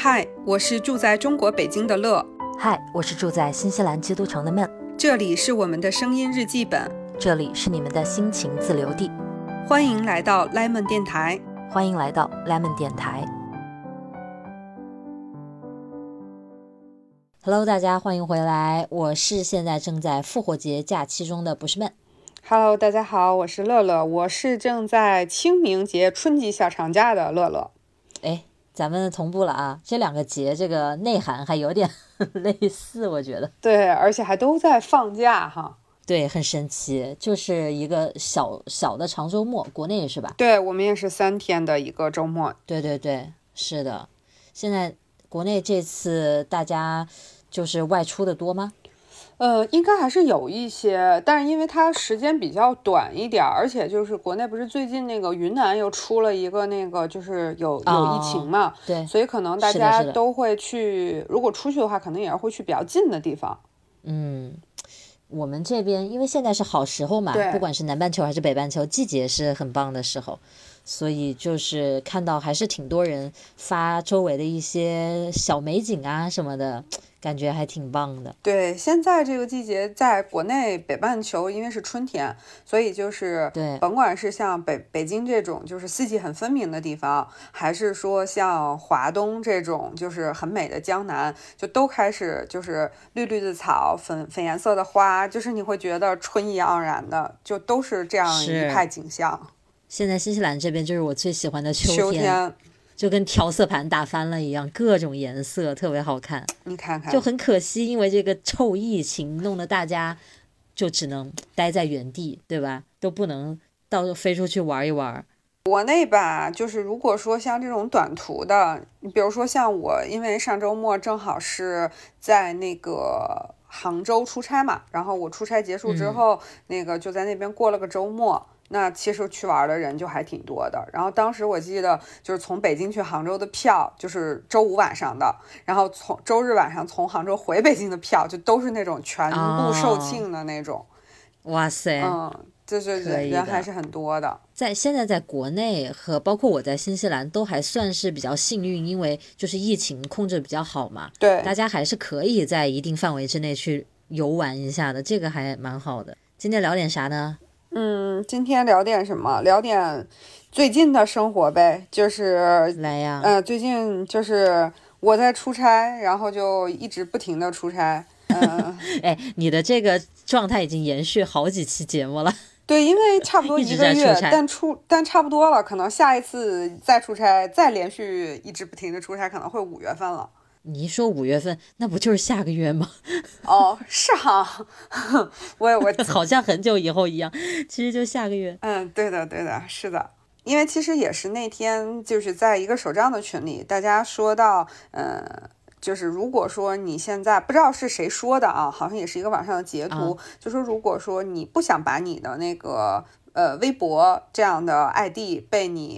嗨，我是住在中国北京的乐。 嗨，我是住在新西兰基督城的闷。 这里是我们的声音日记本， 这里是你们的心情自留地。 欢迎来到 Lemon 电台。 欢迎来到 Lemon 电台。Hello， 大家欢迎回来，我是现在正在复活节假期中的不是闷。 Hello， 大家好，我是乐乐，我是正在清明节春季小长假的乐乐。 哎，咱们同步了啊，这两个节这个内涵还有点类似，我觉得。 对，而且还都在放假哈。 对，很神奇，就是一个小的长周末，国内是吧？ 对，我们也是3天的一个周末。 对对对，是的。现在国内这次大家就是外出的多吗？ 应该还是有一些，但是因为它时间比较短一点，而且就是国内不是最近那个云南又出了一个那个就是有疫情嘛， 对， 所以可能大家都会去，如果出去的话，可能也是会去比较近的地方。 我们这边因为现在是好时候嘛，不管是南半球还是北半球，季节是很棒的时候，所以就是看到还是挺多人发周围的一些小美景啊什么的，感觉还挺棒的。 对，现在这个季节在国内北半球因为是春天，所以就是甭管是像北京这种就是四季很分明的地方，还是说像华东这种就是很美的江南，就都开始就是绿绿的草，粉颜色的花，就是你会觉得春意盎然的，就都是这样一派景象。 现在新西兰这边就是我最喜欢的秋天，就跟调色盘打翻了一样，各种颜色特别好看。 你看看， 就很可惜，因为这个臭疫情弄得大家就只能待在原地，对吧？都不能到飞出去玩一玩。 国内吧，就是如果说像这种短途的，你比如说像我，因为上周末正好是在那个杭州出差嘛，然后我出差结束之后，那个就在那边过了个周末。那其实去玩的人就还挺多的，然后当时我记得就是从北京去杭州的票就是周五晚上的，然后从周日晚上从杭州回北京的票就都是那种全部售罄的那种。 哇塞， 就是人还是很多的。 现在在国内和包括我在新西兰都还算是比较幸运，因为就是疫情控制比较好嘛， 对， 大家还是可以在一定范围之内去游玩一下的，这个还蛮好的。今天聊点啥呢？ 今天聊点什么？聊点最近的生活呗，就是来呀。 最近就是我在出差，然后就一直不停的出差。 哎，你的这个状态已经延续好几期节目了。 对，因为差不多1个月，但差不多了，可能下一次再出差，再连续一直不停的出差，可能会5月份了。 你一说5月份，那不就是下个月吗？ 哦，是哈，我好像很久以后一样，其实就下个月。 对的，是的。因为其实也是那天就是在一个手账的群里，大家说到，就是如果说你现在不知道是谁说的啊，好像也是一个网上的截图，就说如果说你不想把你的那个微博这样的 ID 被你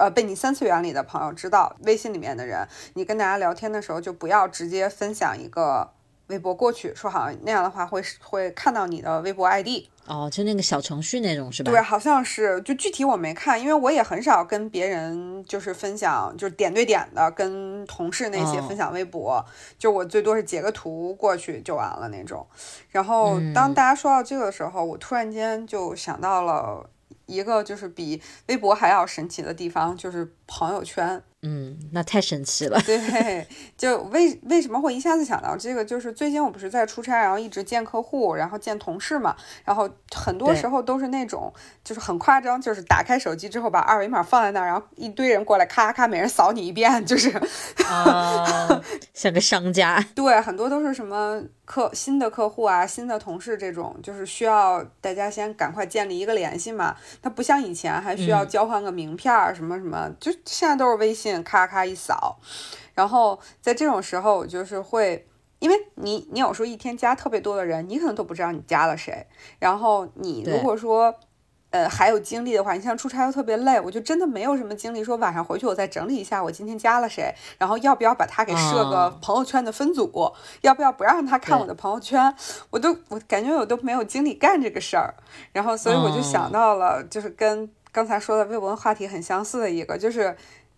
3次元里的朋友知道，微信里面的人，你跟大家聊天的时候就不要直接分享一个微博过去，说好像那样的话会看到你的微博 ID。 就那个小程序那种是吧？ 对，好像是，就具体我没看，因为我也很少跟别人就是分享，就是点对点的跟同事那些分享微博，就我最多是截个图过去就完了那种。然后当大家说到这个的时候，我突然间就想到了一个就是比微博还要神奇的地方，就是朋友圈。 那太神奇了。 对，就为什么会一下子想到这个，就是最近我不是在出差，然后一直见客户，然后见同事嘛，然后很多时候都是那种就是很夸张，就是打开手机之后把2维码放在那儿，然后一堆人过来咔咔每人扫你一遍，就是像个商家。 对，很多都是什么新的客户啊，新的同事这种，就是需要大家先赶快建立一个联系嘛，它不像以前还需要交换个名片什么什么，就现在都是微信咔咔一扫。然后在这种时候我就是会，因为你有时候一天加特别多的人，你可能都不知道你加了谁，然后你如果说还有精力的话，你像出差又特别累，我就真的没有什么精力说晚上回去我再整理一下我今天加了谁，然后要不要把他给设个朋友圈的分组，要不要不让他看我的朋友圈，我感觉我都没有精力干这个事儿。然后所以我就想到了，就是跟刚才说的微博话题很相似的一个，就是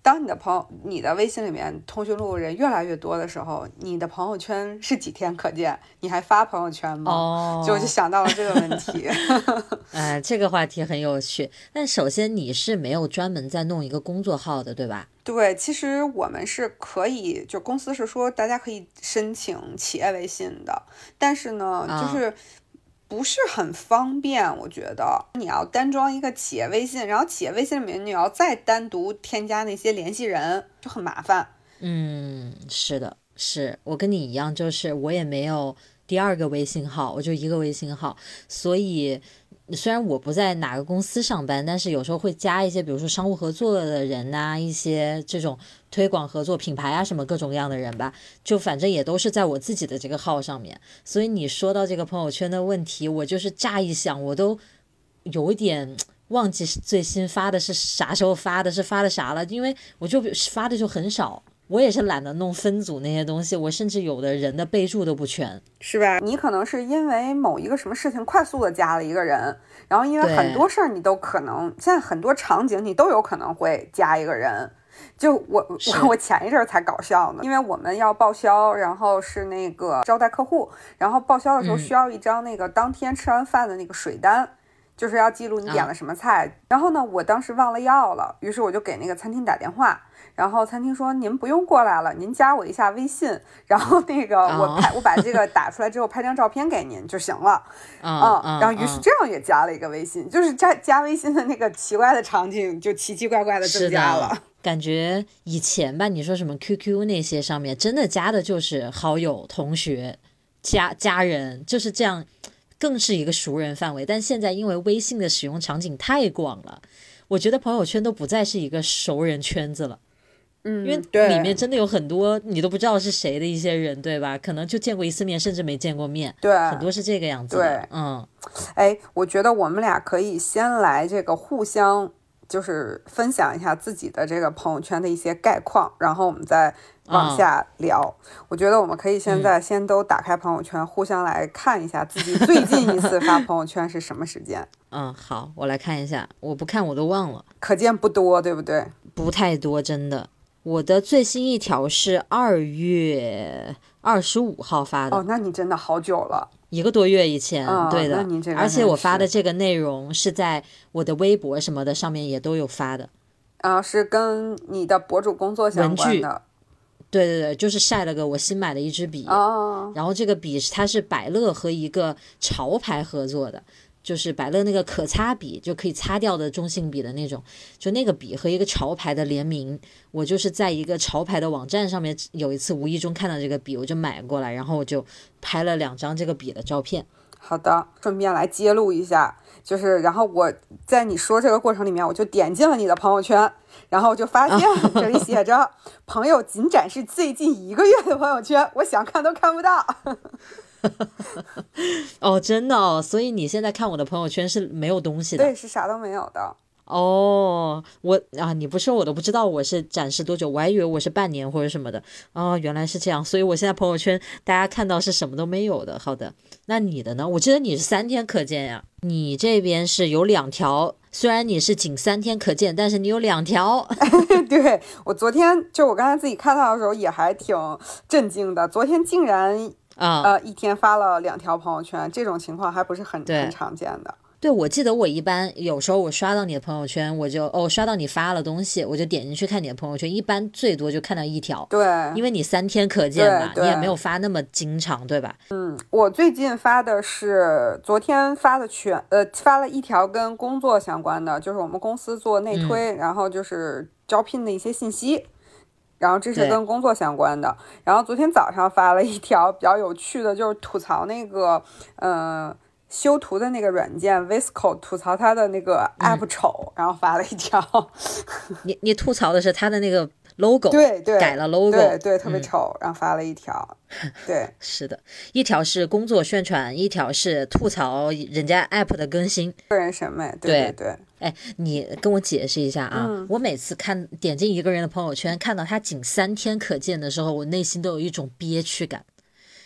当你的微信里面通讯录人越来越多的时候，你的朋友圈是几天可见？你还发朋友圈吗？就想到了这个问题。 这个话题很有趣。但首先你是没有专门在弄一个工作号的，对吧？ 对，其实我们是可以，就公司是说大家可以申请企业微信的，但是呢，就是不是很方便。我觉得你要单装一个企业微信，然后企业微信里面你要再单独添加那些联系人，就很麻烦。 是的，是我跟你一样，就是我也没有第二个微信号，我就一个微信号，所以虽然我不在哪个公司上班，但是有时候会加一些比如说商务合作的人呐，一些这种推广合作品牌啊什么各种各样的人吧，就反正也都是在我自己的这个号上面。所以你说到这个朋友圈的问题，我就是乍一想我都有一点忘记最新发的是啥时候发的，是发的啥了，因为我就发的就很少，我也是懒得弄分组那些东西，我甚至有的人的备注都不全， 是吧？你可能是因为某一个什么事情快速的加了一个人，然后因为很多事儿你都可能，现在很多场景你都有可能会加一个人。就我前一阵才搞笑呢，因为我们要报销，然后是那个招待客户，然后报销的时候需要一张那个当天吃完饭的那个水单，就是要记录你点了什么菜。然后呢，我当时忘了要了，于是我就给那个餐厅打电话，然后餐厅说您不用过来了，您加我一下微信，然后那个我把这个打出来之后拍张照片给您就行了。然后于是这样也加了一个微信，就是加微信的那个奇怪的场景就奇奇怪怪的增加了。 感觉以前吧，你说什么 QQ 那些上面真的加的就是好友、同学、家人，就是这样，更是一个熟人范围。但现在因为微信的使用场景太广了，我觉得朋友圈都不再是一个熟人圈子了。因为里面真的有很多你都不知道是谁的一些人，对吧？可能就见过一次面，甚至没见过面。 对， 很多是这个样子的。 我觉得我们俩可以先来这个互相就是分享一下自己的这个朋友圈的一些概况，然后我们再往下聊。我觉得我们可以现在先都打开朋友圈，互相来看一下自己最近一次发朋友圈是什么时间。 好，我来看一下，我不看我都忘了。 可见不多，对不对？ 不太多，真的。我的最新一条是2月25号发的。 那你真的好久了 ，1个多月以前。对的，而且我发的这个内容是在我的微博什么的上面也都有发的。 是跟你的博主工作相关的。 对，就是晒了个我新买的一支笔。然后这个笔它是百乐和一个潮牌合作的，就是百乐那个可擦笔，就可以擦掉的中性笔的那种，就那个笔和一个潮牌的联名，我就是在一个潮牌的网站上面有一次无意中看到这个笔，我就买过来，然后我就拍了2张这个笔的照片。 好的，顺便来揭露一下，就是然后我在你说这个过程里面，我就点进了你的朋友圈，然后就发现这里写着朋友仅展示最近1个月的朋友圈，我想看都看不到。 真的所以你现在看我的朋友圈是没有东西的？ 对，是啥都没有的。 你不说我都不知道我是展示多久，我还以为我是半年或者什么的。原来是这样，所以我现在朋友圈大家看到是什么都没有的。好的，那你的呢？我记得你是3天可见呀，你这边是有2条，虽然你是仅3天可见，但是你有2条。 对，我昨天就我刚才自己看到的时候也还挺震惊的，昨天竟然一天发了2条朋友圈，这种情况还不是很常见的。 对，我记得我一般有时候我刷到你的朋友圈，我就刷到你发了东西，我就点进去看你的朋友圈，一般最多就看到1条。 对， 因为你3天可见嘛，你也没有发那么经常，对吧？ 我最近发的是昨天发的发了1条跟工作相关的，就是我们公司做内推，然后就是招聘的一些信息。然后这是跟工作相关的。然后昨天早上发了1条比较有趣的，就是吐槽那个修图的那个软件 Visco， 吐槽它的那个 app 丑，然后发了1条。 你吐槽的是它的那个 logo， 对， 改了 logo， 对，特别丑，然后发了1条。对， 是的，一条是工作宣传，一条是吐槽人家 app 的更新， 个人审美。对。 你跟我解释一下啊。我每次点进一个人的朋友圈，看到他仅3天可见的时候，我内心都有一种憋屈感，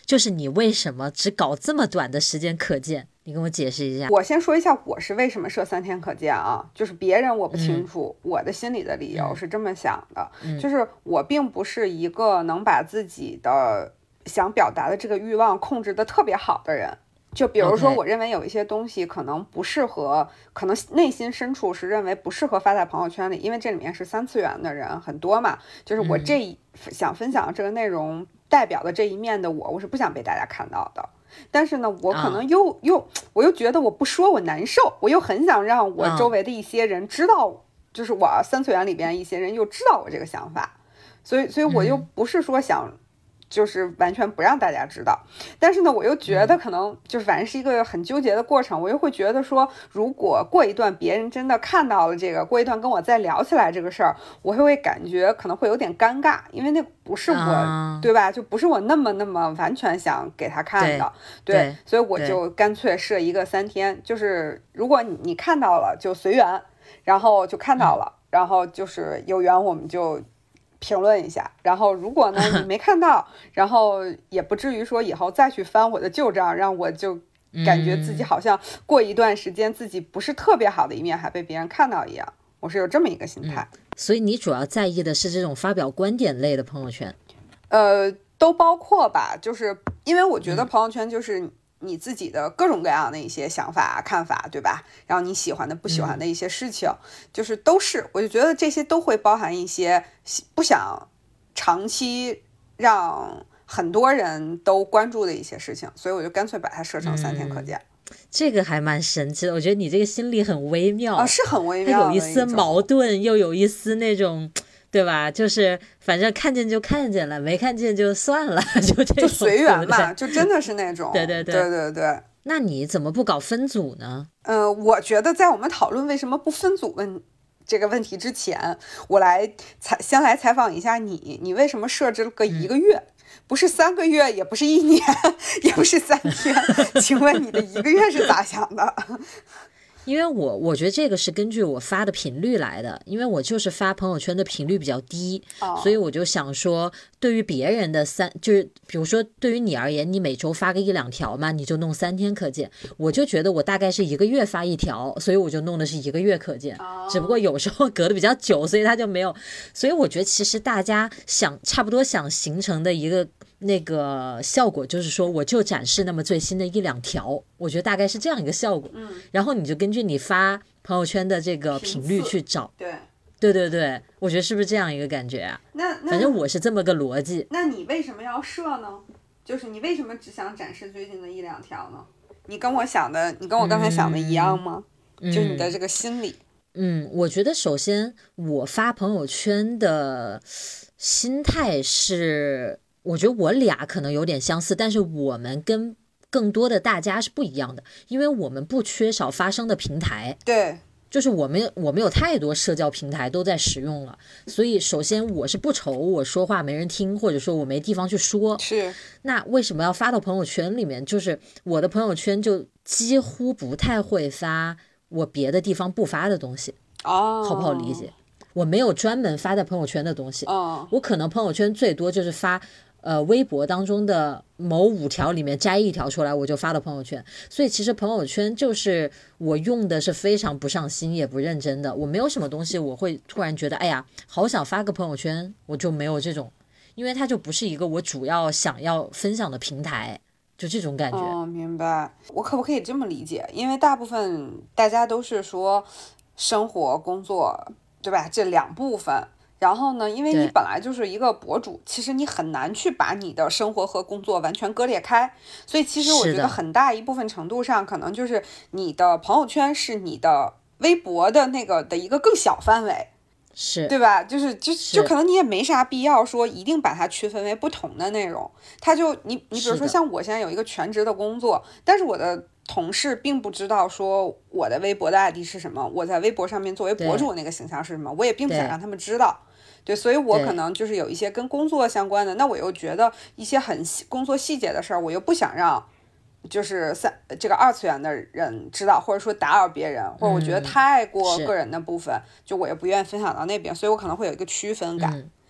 就是你为什么只搞这么短的时间可见？你跟我解释一下。 我先说一下我是为什么设3天可见啊，就是别人我不清楚，我的心里的理由是这么想的，就是我并不是一个能把自己的想表达的这个欲望控制的特别好的人。就比如说我认为有一些东西可能不适合，可能内心深处是认为不适合发在朋友圈里，因为这里面是3次元的人很多嘛，就是我想分享这个内容代表的这一面的我是不想被大家看到的。但是呢，我可能我又觉得我不说我难受，我又很想让我周围的一些人知道，就是我3次元里边一些人又知道我这个想法，所以我又不是说想就是完全不让大家知道，但是呢，我又觉得可能就是反正是一个很纠结的过程。我又会觉得说，如果过一段别人真的看到了这个，过一段跟我再聊起来这个事儿，我会感觉可能会有点尴尬，因为那不是我，对吧？就不是我那么完全想给他看的，对，所以我就干脆设一个3天，就是如果你看到了就随缘，然后就看到了，然后就是有缘我们就评论一下，然后如果呢你没看到，然后也不至于说以后再去翻我的旧账，让我就感觉自己好像过一段时间自己不是特别好的一面还被别人看到一样，我是有这么一个心态。 所以你主要在意的是这种发表观点类的朋友圈？ 都包括吧，就是因为我觉得朋友圈就是你自己的各种各样的一些想法看法，对吧？然后你喜欢的不喜欢的一些事情，就是都是我就觉得这些都会包含一些不想长期让很多人都关注的一些事情，所以我就干脆把它设成3天可见。 这个还蛮神奇的，我觉得你这个心理很微妙是很微妙的， 有一丝矛盾，又有一丝那种，对吧？就是反正看见就看见了，没看见就算了，就这种， 就随缘嘛， 对对， 就真的是那种，对。 那你怎么不搞分组呢？ 我觉得在我们讨论为什么不分组这个问题之前，我先来采访一下你为什么设置了个1个月？不是3个月，也不是1年，也不是3天，请问你的1个月是咋想的？ 因为我觉得这个是根据我发的频率来的，因为我就是发朋友圈的频率比较低，所以我就想说，对于别人的就是比如说对于你而言，你每周发个1-2条嘛，你就弄3天可见。我就觉得我大概是1个月发1条，所以我就弄的是1个月可见，只不过有时候隔得比较久，所以它就没有。所以我觉得其实大家差不多想形成的一个那个效果就是说，我就展示那么最新的1-2条，我觉得大概是这样一个效果。然后你就根据你发朋友圈的这个频率去找。对，我觉得是不是这样一个感觉啊？反正我是这么个逻辑。 那你为什么要设呢？就是你为什么只想展示最近的1-2条呢？你跟我刚才想的一样吗？就你的这个心理。 我觉得首先我发朋友圈的心态是，我觉得我俩可能有点相似，但是我们跟更多的大家是不一样的，因为我们不缺少发声的平台。 对， 就是我们有太多社交平台都在使用了，所以首先我是不愁我说话没人听，或者说我没地方去说。 是。 那为什么要发到朋友圈里面？就是我的朋友圈就几乎不太会发我别的地方不发的东西。好不好理解？我没有专门发在朋友圈的东西。我可能朋友圈最多就是发微博当中的某5条里面摘1条出来，我就发到朋友圈。所以其实朋友圈就是我用的是非常不上心也不认真的，我没有什么东西我会突然觉得哎呀好想发个朋友圈，我就没有这种，因为它就不是一个我主要想要分享的平台，就这种感觉。 明白。我可不可以这么理解？因为大部分大家都是说生活工作，对吧？这2部分。然后呢，因为你本来就是一个博主，其实你很难去把你的生活和工作完全割裂开，所以其实我觉得很大一部分程度上可能就是你的朋友圈是你的微博的那个的一个更小范围， 是对吧？就可能你也没啥必要说一定把它区分为不同的内容。它就你比如说像我现在有一个全职的工作，但是我的同事并不知道说我的微博的 ID 是什么，我在微博上面作为博主那个形象是什么，我也并不想让他们知道。对，所以我可能就是有一些跟工作相关的，那我又觉得一些很工作细节的事儿，我又不想让就是这个2次元的人知道，或者说打扰别人，或者我觉得太过个人的部分，就我也不愿意分享到那边，所以我可能会有一个区分感。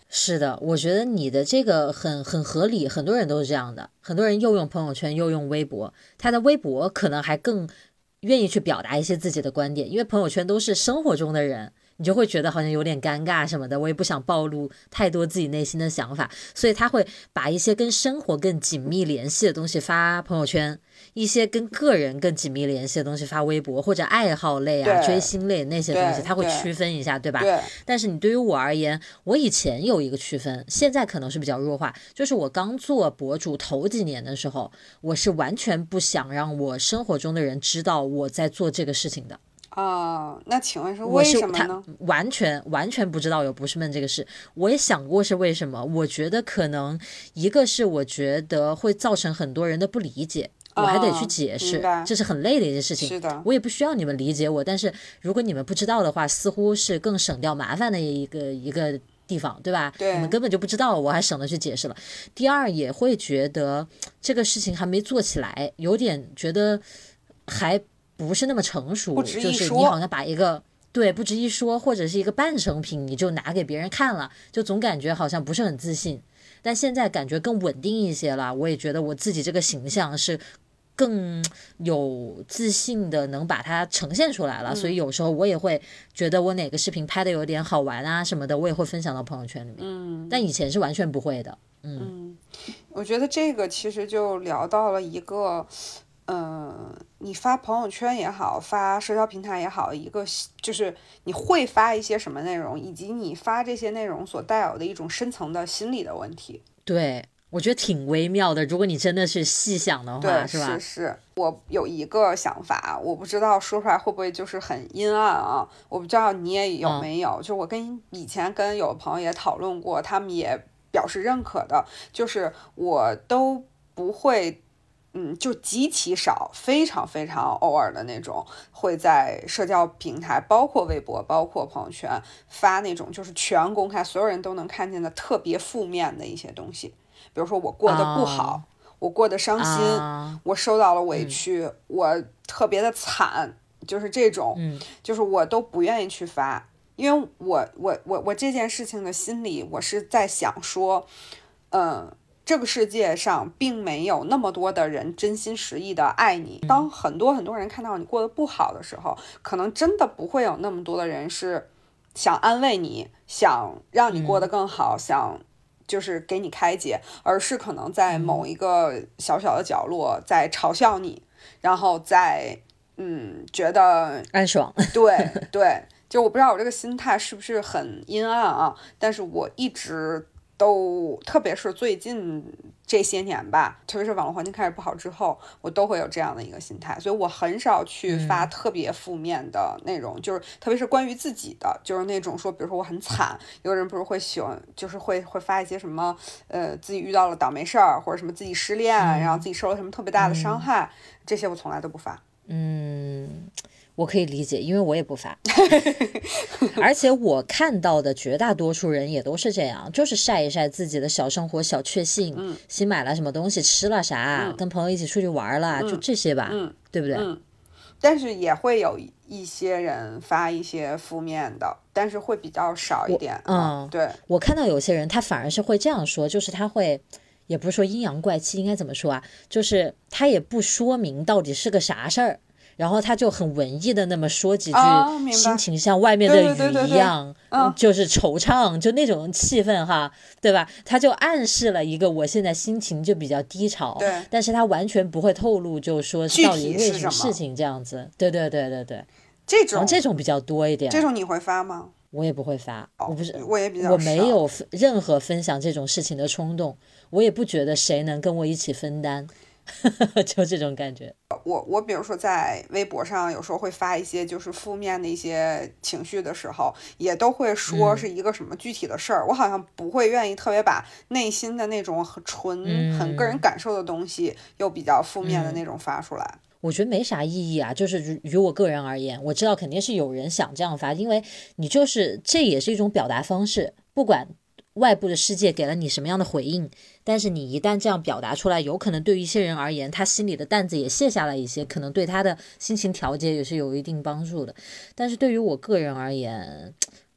是的，我觉得你的这个很合理，很多人都是这样的，很多人又用朋友圈又用微博，他的微博可能还更愿意去表达一些自己的观点，因为朋友圈都是生活中的人，你就会觉得好像有点尴尬什么的，我也不想暴露太多自己内心的想法，所以他会把一些跟生活更紧密联系的东西发朋友圈，一些跟个人更紧密联系的东西发微博，或者爱好类啊、追星类那些东西，他会区分一下，对吧？ 对。 但是你对于我而言，我以前有一个区分，现在可能是比较弱化，就是我刚做博主头几年的时候，我是完全不想让我生活中的人知道我在做这个事情的。 那请问是为什么呢？ 完全不知道有不是闷这个事。我也想过是为什么，我觉得可能一个是我觉得会造成很多人的不理解，我还得去解释，这是很累的一件事情。 是的， 我也不需要你们理解我，但是如果你们不知道的话，似乎是更省掉麻烦的一个地方，对吧？ 对， 你们根本就不知道，我还省得去解释了。第二，也会觉得这个事情还没做起来，有点觉得还不是那么成熟，就是你好像把一个不值一说，或者是一个半成品，你就拿给别人看了，就总感觉好像不是很自信。但现在感觉更稳定一些了，我也觉得我自己这个形象是更有自信的能把它呈现出来了，所以有时候我也会觉得我哪个视频拍的有点好玩啊什么的，我也会分享到朋友圈里面。但以前是完全不会的。 我觉得这个其实就聊到了一个你发朋友圈也好，发社交平台也好，一个就是你会发一些什么内容，以及你发这些内容所带有的一种深层的心理的问题。 对，我觉得挺微妙的，如果你真的是细想的话， 对， 是吧？ 是。我有一个想法，我不知道说出来会不会就是很阴暗啊？我不知道你也有没有，就我以前跟有的朋友也讨论过，他们也表示认可的，就是我都不会。就极其少，非常非常偶尔的那种，会在社交平台，包括微博，包括朋友圈发那种就是全公开，所有人都能看见的特别负面的一些东西。比如说我过得不好，我过得伤心，我受到了委屈，我特别的惨，就是这种，就是我都不愿意去发，因为我这件事情的心里，我是在想说，这个世界上并没有那么多的人真心实意的爱你。当很多人看到你过得不好的时候，可能真的不会有那么多的人是想安慰你，想让你过得更好，想就是给你开解，而是可能在某一个小小的角落在嘲笑你，然后在觉得安爽。 对，就我不知道我这个心态是不是很阴暗啊，但是我一直都，特别是最近这些年吧，特别是网络环境开始不好之后，我都会有这样的一个心态，所以我很少去发特别负面的内容，就是特别是关于自己的，就是那种说，比如说我很惨，有人不是会喜欢，就是会发一些什么，自己遇到了倒霉事儿，或者什么自己失恋，然后自己受了什么特别大的伤害，这些我从来都不发。 我可以理解，因为我也不发。而且我看到的绝大多数人也都是这样，就是晒一晒自己的小生活小确幸，新买了什么东西，吃了啥，跟朋友一起出去玩了，就这些吧，对不对？ 但是也会有一些人发一些负面的，但是会比较少一点。对， 我看到有些人他反而是会这样说，就是他会，也不是说阴阳怪气，应该怎么说啊，就是他也不说明到底是个啥事儿，然后他就很文艺的那么说几句，心情像外面的雨一样，就是惆怅，就那种气氛哈，对吧？他就暗示了一个我现在心情就比较低潮，但是他完全不会透露，就说是到底为什么事情这样子。对，这种比较多一点。 这种你会发吗？ 我也不会发， 我也比较少， 我没有任何分享这种事情的冲动，我也不觉得谁能跟我一起分担。就这种感觉。 我比如说在微博上有时候会发一些就是负面的一些情绪的时候，也都会说是一个什么具体的事儿，我好像不会愿意特别把内心的那种很纯很个人感受的东西又比较负面的那种发出来。 我觉得没啥意义啊，就是于我个人而言，我知道肯定是有人想这样发，因为你就是这也是一种表达方式，不管外部的世界给了你什么样的回应，但是你一旦这样表达出来，有可能对于一些人而言，他心里的担子也卸下来一些，可能对他的心情调节也是有一定帮助的。但是对于我个人而言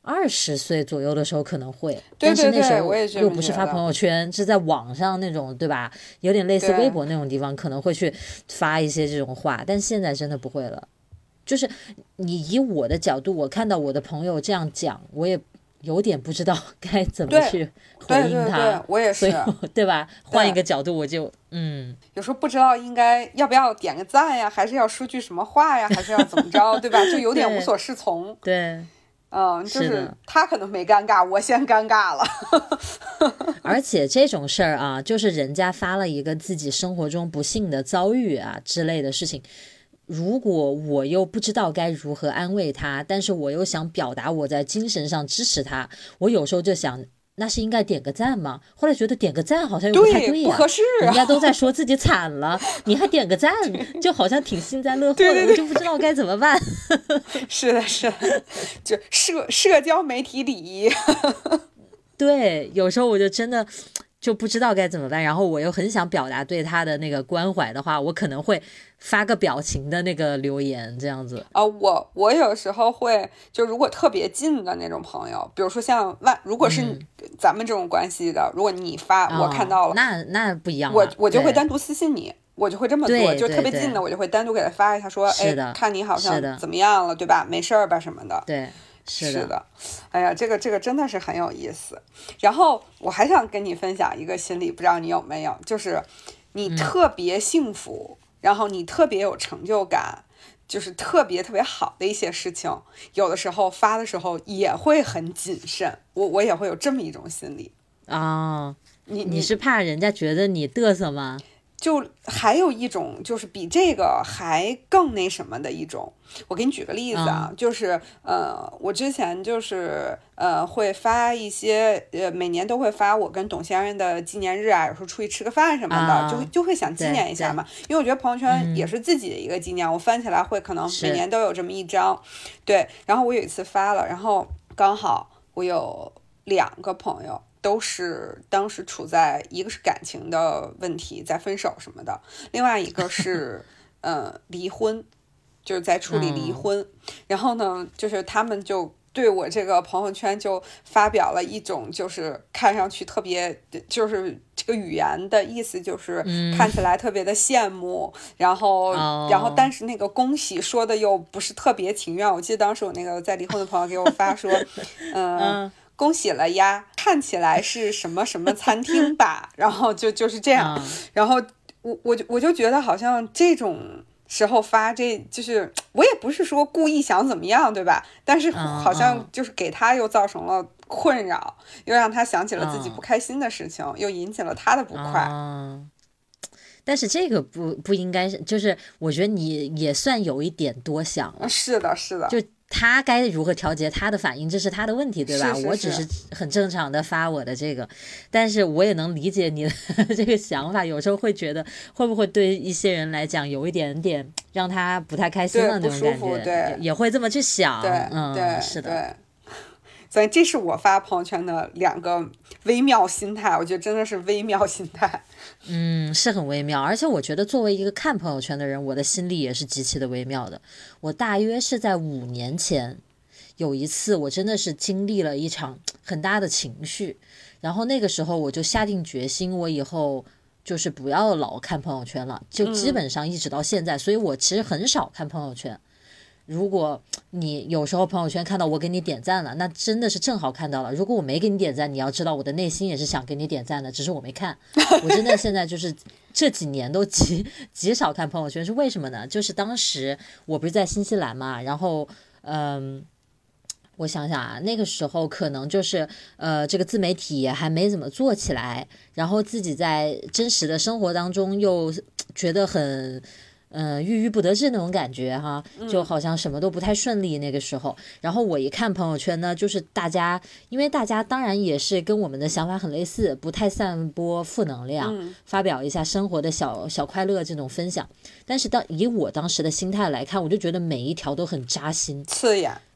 20岁左右的时候可能会， 对对对， 但是那时候我也又不是发朋友圈，是在网上那种，对吧？有点类似微博那种地方，可能会去发一些这种话，但现在真的不会了。就是你以我的角度，我看到我的朋友这样讲，我也有点不知道该怎么去回应他。 对，我也是， 对吧？换一个角度，我就有时候不知道要不要点个赞呀，还是要说句什么话呀，还是要怎么着，对吧？就有点无所适从。 对。 就是他可能没尴尬，我先尴尬了。 而且这种事儿啊，就是人家发了一个自己生活中不幸的遭遇啊之类的事情，如果我又不知道该如何安慰他，但是我又想表达我在精神上支持他，我有时候就想，那是应该点个赞吗？后来觉得点个赞好像又不太对呀， 不合适人家都在说自己惨了，你还点个赞，就好像挺幸灾乐祸的， 对， 我就不知道该怎么办。 是的，就社交媒体礼仪。 对，有时候我就真的就不知道该怎么办，然后我又很想表达对他的那个关怀的话，我可能会发个表情的那个留言这样子。 我有时候会，就如果特别近的那种朋友，比如说像如果是咱们这种关系的，如果你发我看到了， 那不一样了， 我就会单独私信你。我就会这么做，就特别近的，我就会单独给他发一下，说，哎，看你好像怎么样了，对吧？没事儿吧什么的。 对，是的。哎呀，这个真的是很有意思。然后我还想跟你分享一个心理，不知道你有没有，就是你特别幸福，然后你特别有成就感，就是特别特别好的一些事情，有的时候发的时候也会很谨慎。我也会有这么一种心理啊。你是怕人家觉得你嘚瑟吗？ 就还有一种就是比这个还更那什么的一种，我给你举个例子啊，就是我之前就是会发一些每年都会发我跟董先生的纪念日啊，有时候出去吃个饭什么的，就会想纪念一下嘛，因为我觉得朋友圈也是自己的一个纪念，我翻起来会可能每年都有这么一张，对，然后我有一次发了，然后刚好我有2个朋友。都是当时处在一个是感情的问题，在分手什么的，另外一个是离婚，就是在处理离婚。然后呢，就是他们就对我这个朋友圈就发表了一种就是看上去特别，就是这个语言的意思就是看起来特别的羡慕，然后但是那个恭喜说的又不是特别情愿。我记得当时我那个在离婚的朋友给我发说，恭喜了呀，看起来是什么什么餐厅吧，然后就是这样，然后我就觉得好像这种时候发，这就是我也不是说故意想怎么样，对吧？但是好像就是给他又造成了困扰，又让他想起了自己不开心的事情，又引起了他的不快。 但是这个不应该是，就是我觉得你也算有一点多想了。 是的， 就他该如何调节他的反应，这是他的问题，对吧？ 是我只是很正常的发我的这个，但是我也能理解你的这个想法，有时候会觉得会不会对一些人来讲有一点点让他不太开心的那种感觉， 对， 也会这么去想。 对， 是的。 对，所以这是我发朋友圈的2个微妙心态，我觉得真的是微妙心态。 是很微妙，而且我觉得作为一个看朋友圈的人，我的心里也是极其的微妙的。我大约是在5年前有一次，我真的是经历了一场很大的情绪，然后那个时候我就下定决心，我以后就是不要老看朋友圈了，就基本上一直到现在，所以我其实很少看朋友圈。如果你有时候朋友圈看到我给你点赞了，那真的是正好看到了。如果我没给你点赞，你要知道我的内心也是想给你点赞的，只是我没看。我真的现在就是这几年都极少看朋友圈，是为什么呢？就是当时我不是在新西兰嘛，然后我想想啊，那个时候可能就是这个自媒体也还没怎么做起来，然后自己在真实的生活当中又觉得很郁郁不得志那种感觉哈，就好像什么都不太顺利那个时候。然后我一看朋友圈呢，就是因为大家当然也是跟我们的想法很类似，不太散播负能量，发表一下生活的小快乐这种分享。但是以我当时的心态来看，我就觉得每一条都很扎心， 刺眼。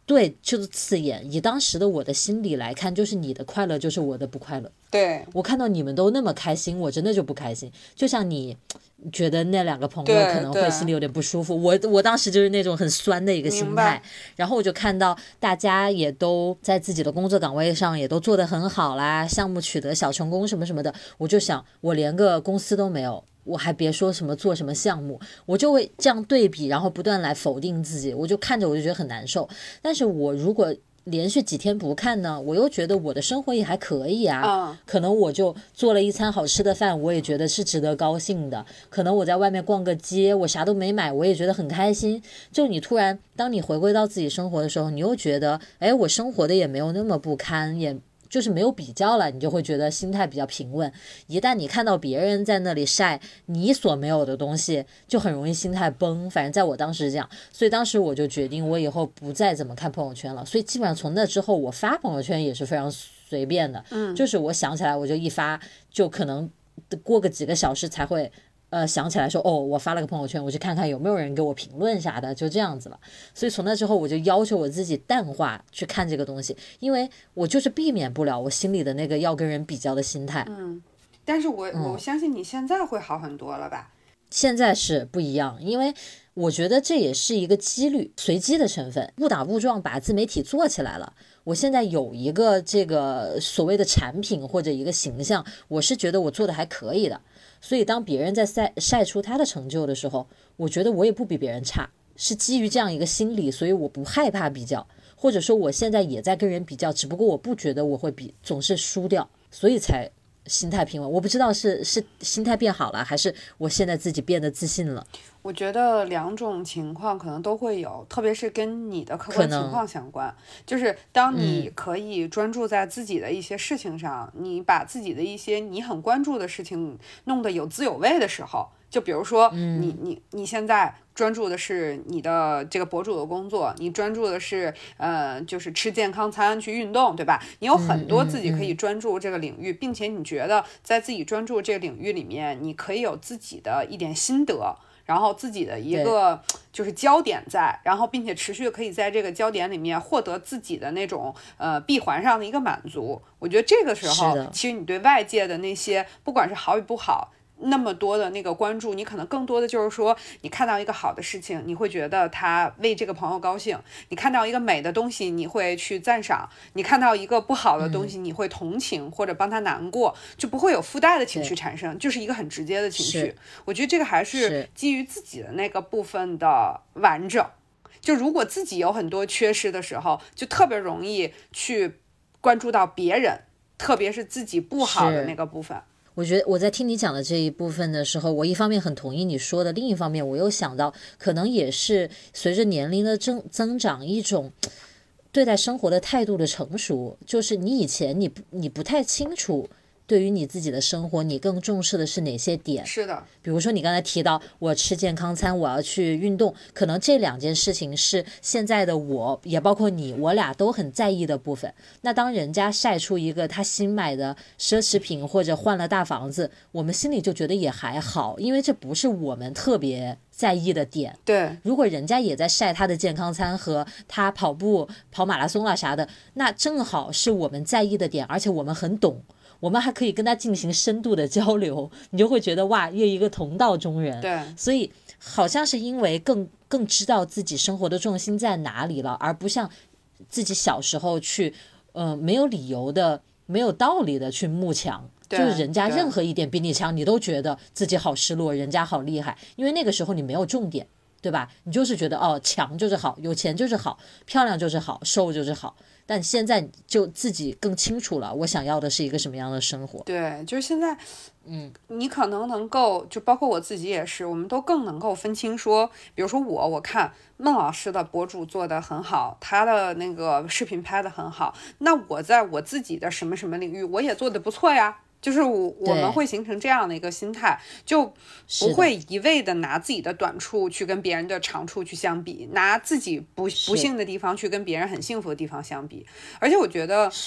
对，就是刺眼。以当时的我的心理来看，就是你的快乐就是我的不快乐。 对， 我看到你们都那么开心，我真的就不开心。就像你觉得那2个朋友可能会心里有点不舒服，我当时就是那种很酸的一个心态。然后我就看到大家也都在自己的工作岗位上也都做得很好啦，项目取得小成功什么什么的，我就想我连个公司都没有，我还别说什么做什么项目，我就会这样对比，然后不断来否定自己，我就看着我就觉得很难受。但是我如果连续几天不看呢，我又觉得我的生活也还可以啊，可能我就做了一餐好吃的饭，我也觉得是值得高兴的，可能我在外面逛个街，我啥都没买，我也觉得很开心。就你突然当你回归到自己生活的时候，你又觉得哎，我生活的也没有那么不堪，也就是没有比较了，你就会觉得心态比较平稳。一旦你看到别人在那里晒你所没有的东西，就很容易心态崩。反正在我当时这样，所以当时我就决定我以后不再怎么看朋友圈了。所以基本上从那之后，我发朋友圈也是非常随便的，就是我想起来我就一发，就可能过个几个小时才会想起来说哦，我发了个朋友圈，我去看看有没有人给我评论啥的，就这样子了。所以从那之后我就要求我自己淡化去看这个东西，因为我就是避免不了我心里的那个要跟人比较的心态。 但是我相信你现在会好很多了吧？ 现在是不一样，因为我觉得这也是一个几率随机的成分，误打误撞把自媒体做起来了。我现在有一个这个所谓的产品或者一个形象，我是觉得我做的还可以的。所以当别人在晒出他的成就的时候，我觉得我也不比别人差，是基于这样一个心理，所以我不害怕比较，或者说我现在也在跟人比较，只不过我不觉得我会总是输掉，所以才心态平稳。我不知道是心态变好了，还是我现在自己变得自信了。 我觉得2种情况可能都会有，特别是跟你的客观情况相关。就是当你可以专注在自己的一些事情上，你把自己的一些你很关注的事情弄得有滋有味的时候，就比如说你现在专注的是你的这个博主的工作，你专注的是就是吃健康餐去运动，对吧？你有很多自己可以专注这个领域，并且你觉得在自己专注这个领域里面，你可以有自己的一点心得，然后自己的一个就是焦点在，然后并且持续可以在这个焦点里面获得自己的那种闭环上的一个满足。我觉得这个时候其实你对外界的那些不管是好与不好那么多的那个关注，你可能更多的就是说你看到一个好的事情，你会觉得他为这个朋友高兴，你看到一个美的东西你会去赞赏，你看到一个不好的东西你会同情或者帮他难过，就不会有附带的情绪产生，就是一个很直接的情绪。我觉得这个还是基于自己的那个部分的完整，就如果自己有很多缺失的时候，就特别容易去关注到别人，特别是自己不好的那个部分。 我觉得我在听你讲的这一部分的时候，我一方面很同意你说的，另一方面我又想到可能也是随着年龄的增长一种对待生活的态度的成熟，就是你以前你不太清楚对于你自己的生活你更重视的是哪些点。 是的， 比如说你刚才提到我吃健康餐，我要去运动，可能这2件事情是现在的我也包括你，我俩都很在意的部分。那当人家晒出一个他新买的奢侈品或者换了大房子，我们心里就觉得也还好，因为这不是我们特别在意的点。 对， 如果人家也在晒他的健康餐和他跑步跑马拉松啦啥的，那正好是我们在意的点，而且我们很懂，我们还可以跟他进行深度的交流，你就会觉得哇，又一个同道中人。 对， 所以好像是因为更知道自己生活的重心在哪里了，而不像自己小时候去没有理由的没有道理的去慕强，就是人家任何一点比你强，你都觉得自己好失落，人家好厉害，因为那个时候你没有重点，对吧？你就是觉得哦，强就是好，有钱就是好，漂亮就是好，瘦就是好。但现在就自己更清楚了，我想要的是一个什么样的生活。 对，就是现在你可能够，就包括我自己也是，我们都更能够分清说，比如说我看孟老师的博主做得很好，他的那个视频拍得很好，那我在我自己的什么什么领域我也做得不错呀，就是我们会形成这样的一个心态，就不会一味的拿自己的短处去跟别人的长处去相比，拿自己不幸的地方去跟别人很幸福的地方相比。而且我觉得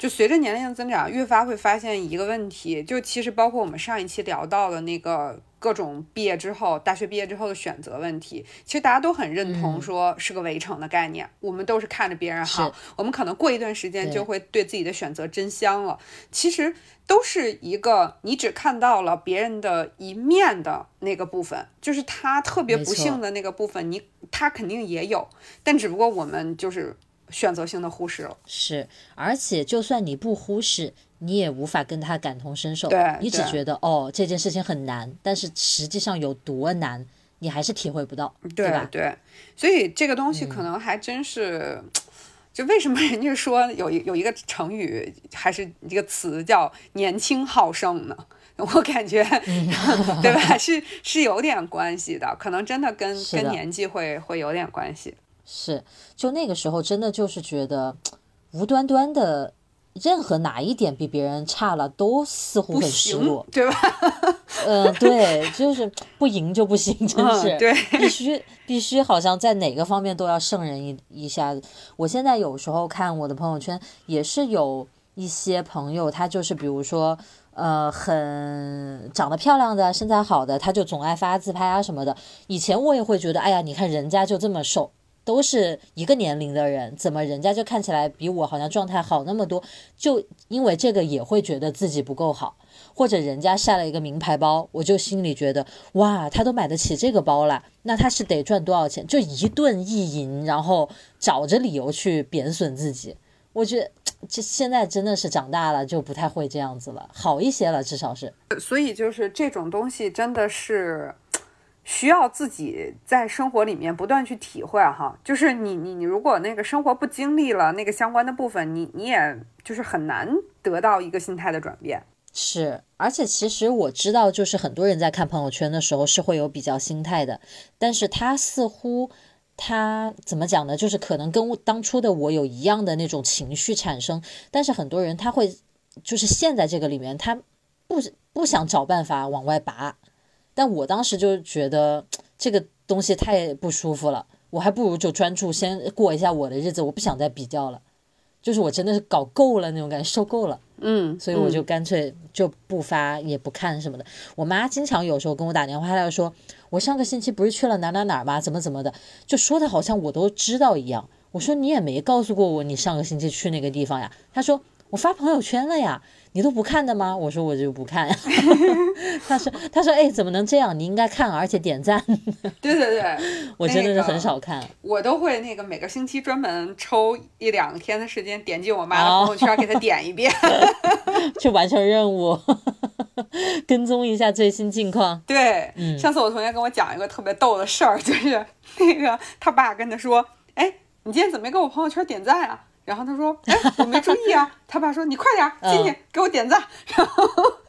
就随着年龄的增长，越发会发现一个问题，就其实包括我们上一期聊到的那个各种毕业之后，大学毕业之后的选择问题，其实大家都很认同说是个围城的概念，我们都是看着别人好，我们可能过一段时间就会对自己的选择真香了。其实都是一个你只看到了别人的一面的那个部分，就是他特别不幸的那个部分，他肯定也有，但只不过我们就是选择性的忽视了。 是，而且就算你不忽视，你也无法跟他感同身受，你只觉得这件事情很难，但是实际上有多难你还是体会不到，对吧？ 对，所以这个东西可能还真是就为什么人家说有一个成语还是一个词叫年轻好胜呢？我感觉对吧，是有点关系的，可能真的跟年纪会有点关系。 是，就那个时候真的就是觉得无端端的任何哪一点比别人差了都似乎很失落， 对吧？ 对，就是不赢就不行，真是， 对， 必须好像在哪个方面都要胜人一下子。我现在有时候看我的朋友圈，也是有一些朋友，他就是比如说很长得漂亮的，身材好的，他就总爱发自拍啊什么的。以前我也会觉得，哎呀，你看人家就这么瘦，都是一个年龄的人，怎么人家就看起来比我好像状态好那么多，就因为这个也会觉得自己不够好，或者人家晒了一个名牌包，我就心里觉得哇，他都买得起这个包了，那他是得赚多少钱，就一顿意淫，然后找着理由去贬损自己。我觉得这现在真的是长大了就不太会这样子了，好一些了至少是。 所以就是这种东西真的是需要自己在生活里面不断去体会哈，就是你如果那个生活不经历了那个相关的部分，你也就是很难得到一个心态的转变。 是，而且其实我知道，就是很多人在看朋友圈的时候是会有比较心态的，但是他似乎他怎么讲呢，就是可能跟当初的我有一样的那种情绪产生，但是很多人他会就是陷在这个里面，他不想找办法往外拔。但我当时就觉得这个东西太不舒服了，我还不如就专注先过一下我的日子，我不想再比较了，就是我真的是搞够了那种感觉，受够了。所以我就干脆就不发也不看什么的。我妈经常有时候跟我打电话，她就说我上个星期不是去了哪吗，怎么的，就说的好像我都知道一样。我说你也没告诉过我你上个星期去那个地方呀。她说我发朋友圈了呀，你都不看的吗？我说我就不看呀。他说哎，怎么能这样，你应该看而且点赞。 对我真的是很少看， 我都会那个每个星期专门抽1-2天的时间点击我妈的朋友圈给她点一遍。 去完成任务。跟踪一下最新近况。 对，上次我同学跟我讲一个特别逗的事儿，就是那个他爸跟他说，哎，你今天怎么没给我朋友圈点赞啊？然后他说，哎，我没注意啊。他爸说，你快点进去给我点赞。然后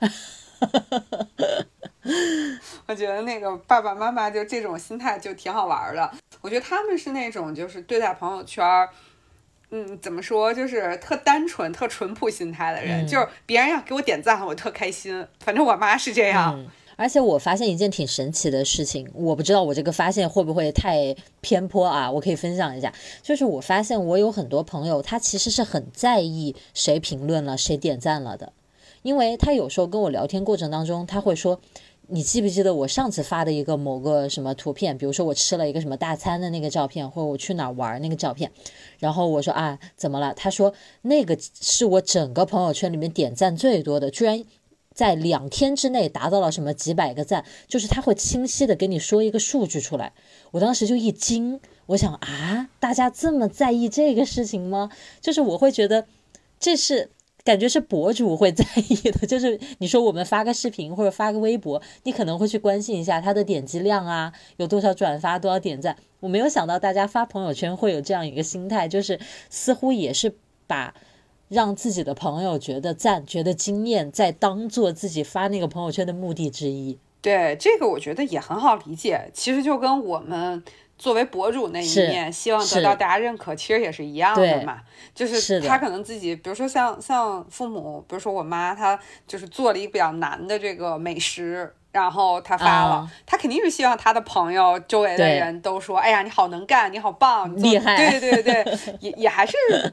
我觉得那个爸爸妈妈就这种心态就挺好玩的。我觉得他们是那种就是对待朋友圈怎么说，就是特单纯特淳朴心态的人，就是别人要给我点赞我特开心，反正我妈是这样。 而且我发现一件挺神奇的事情，我不知道我这个发现会不会太偏颇啊，我可以分享一下。就是我发现我有很多朋友他其实是很在意谁评论了谁点赞了的，因为他有时候跟我聊天过程当中他会说，你记不记得我上次发的一个某个什么图片，比如说我吃了一个什么大餐的那个照片，或者我去哪儿玩那个照片，然后我说啊怎么了，他说那个是我整个朋友圈里面点赞最多的，居然在2天之内达到了什么几百个赞，就是他会清晰的给你说一个数据出来。我当时就一惊，我想啊，大家这么在意这个事情吗？就是我会觉得这是感觉是博主会在意的，就是你说我们发个视频或者发个微博，你可能会去关心一下它的点击量啊，有多少转发多少点赞。我没有想到大家发朋友圈会有这样一个心态，就是似乎也是把让自己的朋友觉得赞觉得惊艳再当做自己发那个朋友圈的目的之一。 对，这个我觉得也很好理解，其实就跟我们作为博主那一面希望得到大家认可其实也是一样的嘛，就是他可能自己比如说像父母，比如说我妈她就是做了一个比较难的这个美食，然后他发了，他肯定是希望他的朋友周围的人都说，哎呀你好能干，你好棒， 厉害。 对也还是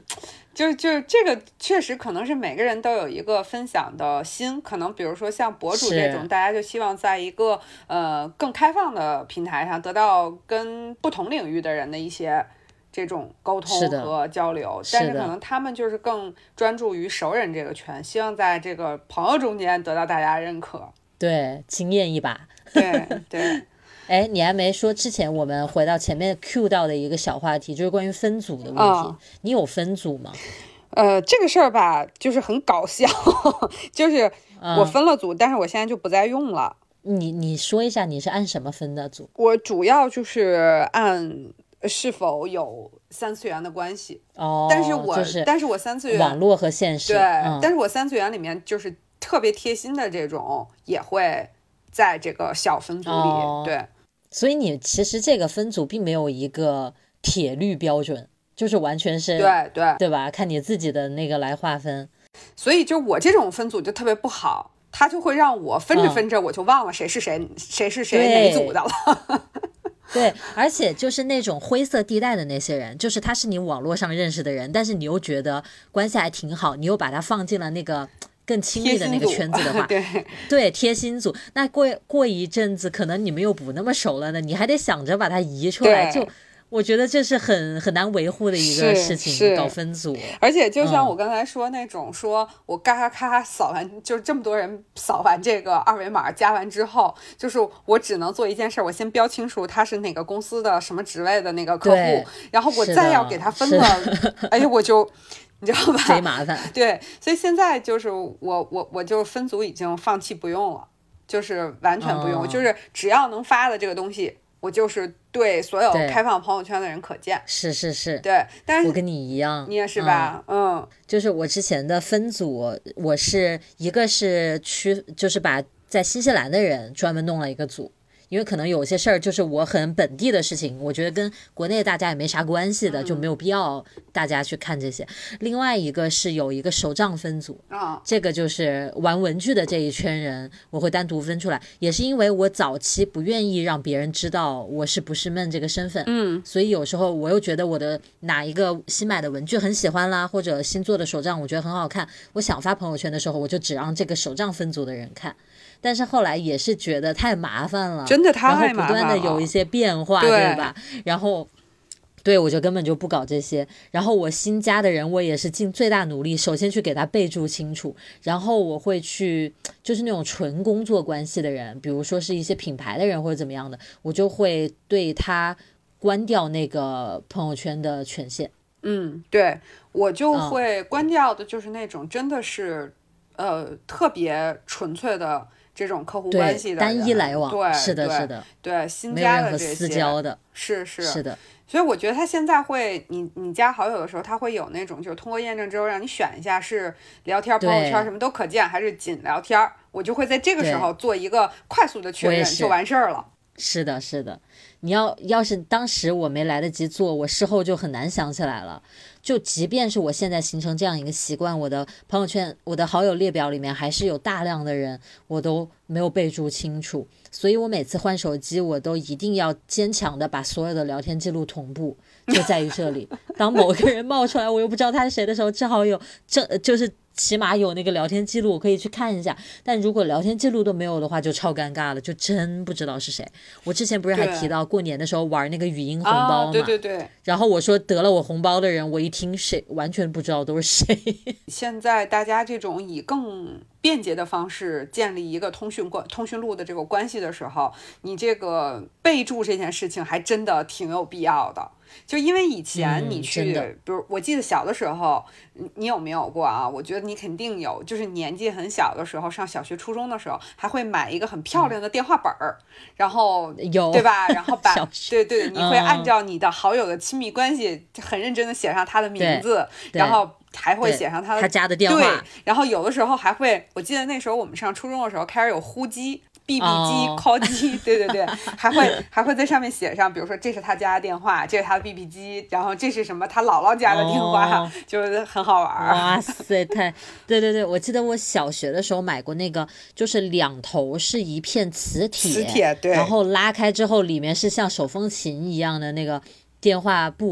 就是这个确实可能是每个人都有一个分享的心，可能比如说像博主这种，大家就希望在一个更开放的平台上得到跟不同领域的人的一些这种沟通和交流，但是可能他们就是更专注于熟人这个圈，希望在这个朋友中间得到大家认可， 对，惊艳一把。 对对。 哎，你还没说之前我们回到前面 Q 到的一个小话题，就是关于分组的问题。你有分组吗？ 这个事儿吧，就是很搞笑，就是我分了组，但是我现在就不再用了。 你说一下你是按什么分的组？ 我主要就是按是否有3次元的关系。但是我3次元网络和现实。 对，但是我3次元里面就是特别贴心的这种也会在这个小分组里。对。 所以你其实这个分组并没有一个铁律标准，就是完全是对吧？看你自己的那个来划分。 所以就我这种分组就特别不好，它就会让我分着分着我就忘了谁是谁哪组的了。 对，而且就是那种灰色地带的那些人，就是他是你网络上认识的人，但是你又觉得关系还挺好，你又把他放进了那个更亲密的那个圈子的话，对贴心组，那过一阵子可能你们又不那么熟了呢，你还得想着把它移出来，就我觉得这是很难维护的一个事情，搞分组。 而且就像我刚才说那种，说我咔咔扫完，就是这么多人扫完这个二维码加完之后，就是我只能做一件事，我先标清楚他是哪个公司的什么职位的那个客户，然后我再要给他分了，哎呀，我就你知道吧， 贼麻烦。 对，所以现在就是我就分组已经放弃不用了，就是完全不用，就是只要能发的这个东西，我就是对所有开放朋友圈的人可见。 是， 对，但是我跟你一样， 你也是吧？ 就是我之前的分组，我是一个是就是把在新西兰的人专门弄了一个组。因为可能有些事儿就是我很本地的事情，我觉得跟国内大家也没啥关系的，就没有必要大家去看这些。另外一个是有一个手账分组，这个就是玩文具的这一圈人，我会单独分出来，也是因为我早期不愿意让别人知道我是不是闷这个身份，所以有时候我又觉得我的哪一个新买的文具很喜欢啦，或者新做的手账我觉得很好看，我想发朋友圈的时候，我就只让这个手账分组的人看。但是后来也是觉得太麻烦了， 真的太麻烦了， 然后不断的有一些变化，对吧？然后对我就根本就不搞这些。然后我新加的人，我也是尽最大努力，首先去给他备注清楚，然后我会去就是那种纯工作关系的人，比如说是一些品牌的人或者怎么样的，我就会对他关掉那个朋友圈的权限。 对，我就会关掉的就是那种真的是特别纯粹的这种客户关系的单一来往， 对， 是的， 对，新加的这些没有任何私交的， 是的。 所以我觉得他现在会，你加好友的时候，他会有那种就是通过验证之后让你选一下是聊天、朋友圈什么都可见，还是仅聊天，我就会在这个时候做一个快速的确认就完事儿了。 是的，你要是当时我没来得及做，我事后就很难想起来了。就即便是我现在形成这样一个习惯，我的朋友圈、我的好友列表里面还是有大量的人我都没有备注清楚，所以我每次换手机我都一定要坚强的把所有的聊天记录同步，就在于这里。当某个人冒出来我又不知道他是谁的时候，正好有就是起码有那个聊天记录我可以去看一下，但如果聊天记录都没有的话就超尴尬了，就真不知道是谁。我之前不是还提到过年的时候玩那个语音红包嘛， 对， 然后我说得了我红包的人，我一听谁完全不知道都是谁。 现在大家这种以更便捷的方式建立一个通讯录的这个关系的时候，你这个备注这件事情还真的挺有必要的。就因为以前你去，比如我记得小的时候，你有没有过啊？我觉得你肯定有，就是年纪很小的时候，上小学、初中的时候，还会买一个很漂亮的电话本儿，然后有对吧？然后把对，你会按照你的好友的亲密关系，很认真的写上他的名字，然后还会写上他家的电话， 对，然后有的时候还会，我记得那时候我们上初中的时候开始有呼机。BB 机、call 机，对，还会在上面写上，比如说这是他家的电话，这是他的 BB 机，然后这是什么他姥姥家的电话，就是很好玩。 哇塞，对，我记得我小学的时候买过那个，就是两头是一片磁铁， 对， 然后拉开之后里面是像手风琴一样的那个电话簿。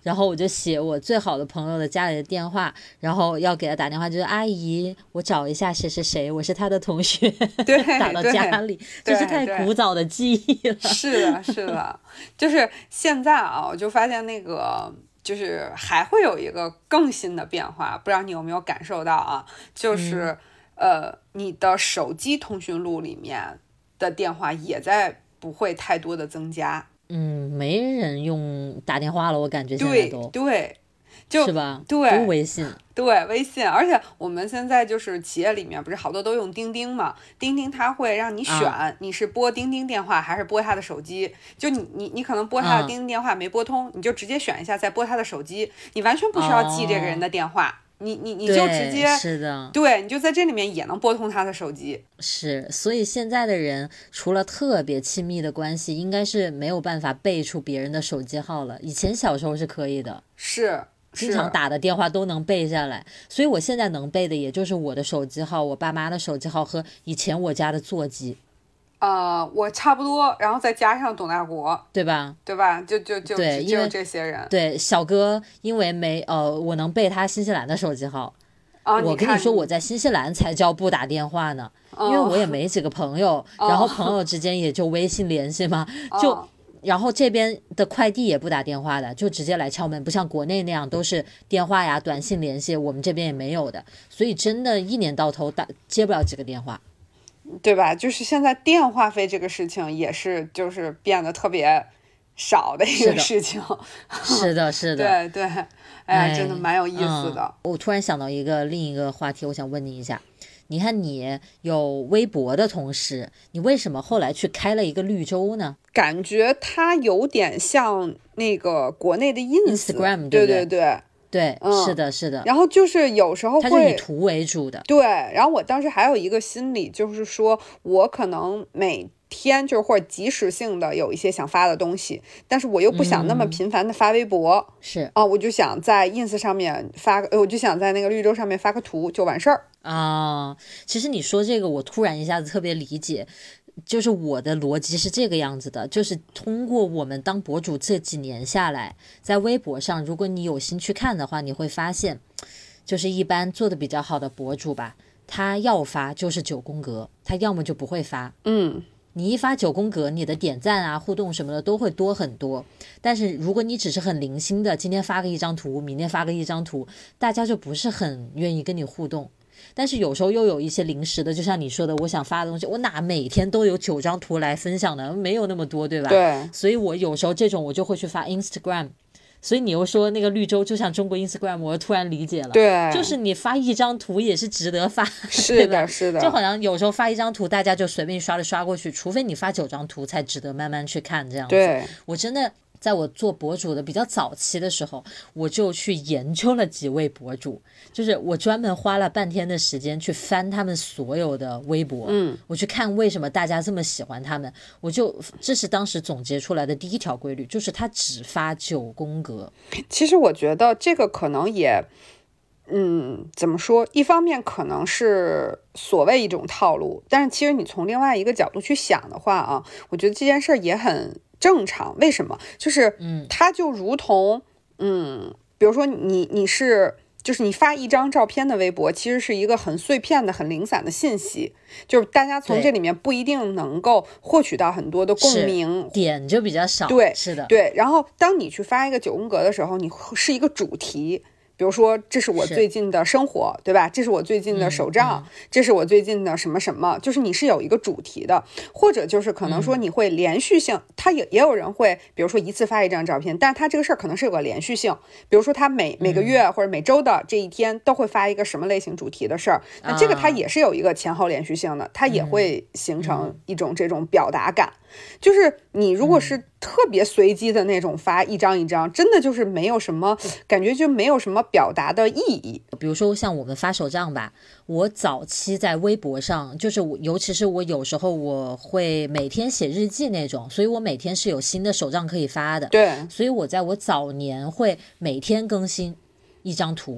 然后我就写我最好的朋友的家里的电话，然后要给他打电话，就是阿姨，我找一下谁谁谁，我是他的同学， 对， 打到家里，这是太古早的记忆了。 是的，是的，就是现在啊，我就发现那个。就是还会有一个更新的变化，不知道你有没有感受到啊？就是你的手机通讯录里面的电话也在不会太多的增加。 没人用打电话了，我感觉现在都对，就是吧？ 对， 都微信。 对，微信，而且我们现在就是企业里面不是好多都用钉钉嘛，钉钉它会让你选你是拨钉钉电话还是拨他的手机，就你可能拨他的钉钉电话没拨通，你就直接选一下再拨他的手机，你完全不需要记这个人的电话，你就直接是的， 对，你就在这里面也能拨通他的手机。 是，所以现在的人除了特别亲密的关系，应该是没有办法背出别人的手机号了，以前小时候是可以的， 是经常打的电话都能背下来，所以我现在能背的也就是我的手机号、我爸妈的手机号和以前我家的座机。 我差不多，然后再加上董大国， 对吧？ 对吧？就只有这些人。 对，小哥因为我能背他新西兰的手机号。我跟你说，我在新西兰才叫不打电话呢，因为我也没几个朋友，然后朋友之间也就微信联系嘛，然后这边的快递也不打电话的，就直接来敲门，不像国内那样都是电话呀、短信联系，我们这边也没有的，所以真的一年到头接不了几个电话， 对吧？就是现在电话费这个事情也是就是变得特别少的一个事情。 是的，是的， 对，哎呀，真的蛮有意思的。 我突然想到另一个话题，我想问你一下。你看你有微博的同时，你为什么后来去开了一个绿洲呢？ 感觉它有点像那个国内的 Instagram， 对， 是的，是的。 然后就是有时候它是以图为主的。 对，然后我当时还有一个心理，就是说我可能每天就是或者及时性的有一些想发的东西，但是我又不想那么频繁的发微博， 是啊，我就想在 ins 上面我就想在那个绿洲上面发个图就完事儿啊。其实你说这个，我突然一下子特别理解，就是我的逻辑是这个样子的，就是通过我们当博主这几年下来，在微博上，如果你有心去看的话，你会发现，就是一般做的比较好的博主吧，他要发就是9宫格，他要么就不会发，你一发9宫格，你的点赞啊、互动什么的都会多很多。但是如果你只是很零星的，今天发个一张图，明天发个一张图，大家就不是很愿意跟你互动。但是有时候又有一些临时的，就像你说的，我想发的东西，我哪每天都有9张图来分享的，没有那么多，对吧？ 对。 所以我有时候这种我就会去发 Instagram。所以你又说那个绿洲就像中国 Instagram， 我突然理解了， 对， 就是你发一张图也是值得发， 是的，是的， 就好像有时候发一张图，大家就随便刷过去，除非你发9张图才值得慢慢去看这样子。 对， 我真的在我做博主的比较早期的时候，我就去研究了几位博主，就是我专门花了半天的时间去翻他们所有的微博，我去看为什么大家这么喜欢他们，这是当时总结出来的第一条规律，就是他只发9宫格。 其实我觉得这个可能也怎么说，一方面可能是所谓一种套路，但是其实你从另外一个角度去想的话啊，我觉得这件事儿也很正常。为什么？就是它就如同比如说你是就是你发一张照片的微博，其实是一个很碎片的很零散的信息，就是大家从这里面不一定能够获取到很多的共鸣， 点就比较少。 对， 是的， 对。然后当你去发一个9宫格的时候，你是一个主题，比如说这是我最近的生活，对吧？这是我最近的手账，这是我最近的什么什么，就是你是有一个主题的，或者就是可能说你会连续性，他也有人会比如说一次发一张照片，但是他这个事儿可能是有个连续性，比如说他每个月或者每周的这一天都会发一个什么类型主题的事儿，那这个它也是有一个前后连续性的，它也会形成一种这种表达感。就是你如果是特别随机的那种发一张一张，真的就是没有什么感觉，就没有什么表达的意义。 比如说像我们发手账吧，我早期在微博上，就是尤其是我有时候我会每天写日记那种，所以我每天是有新的手账可以发的。 对， 所以我在我早年会每天更新一张图，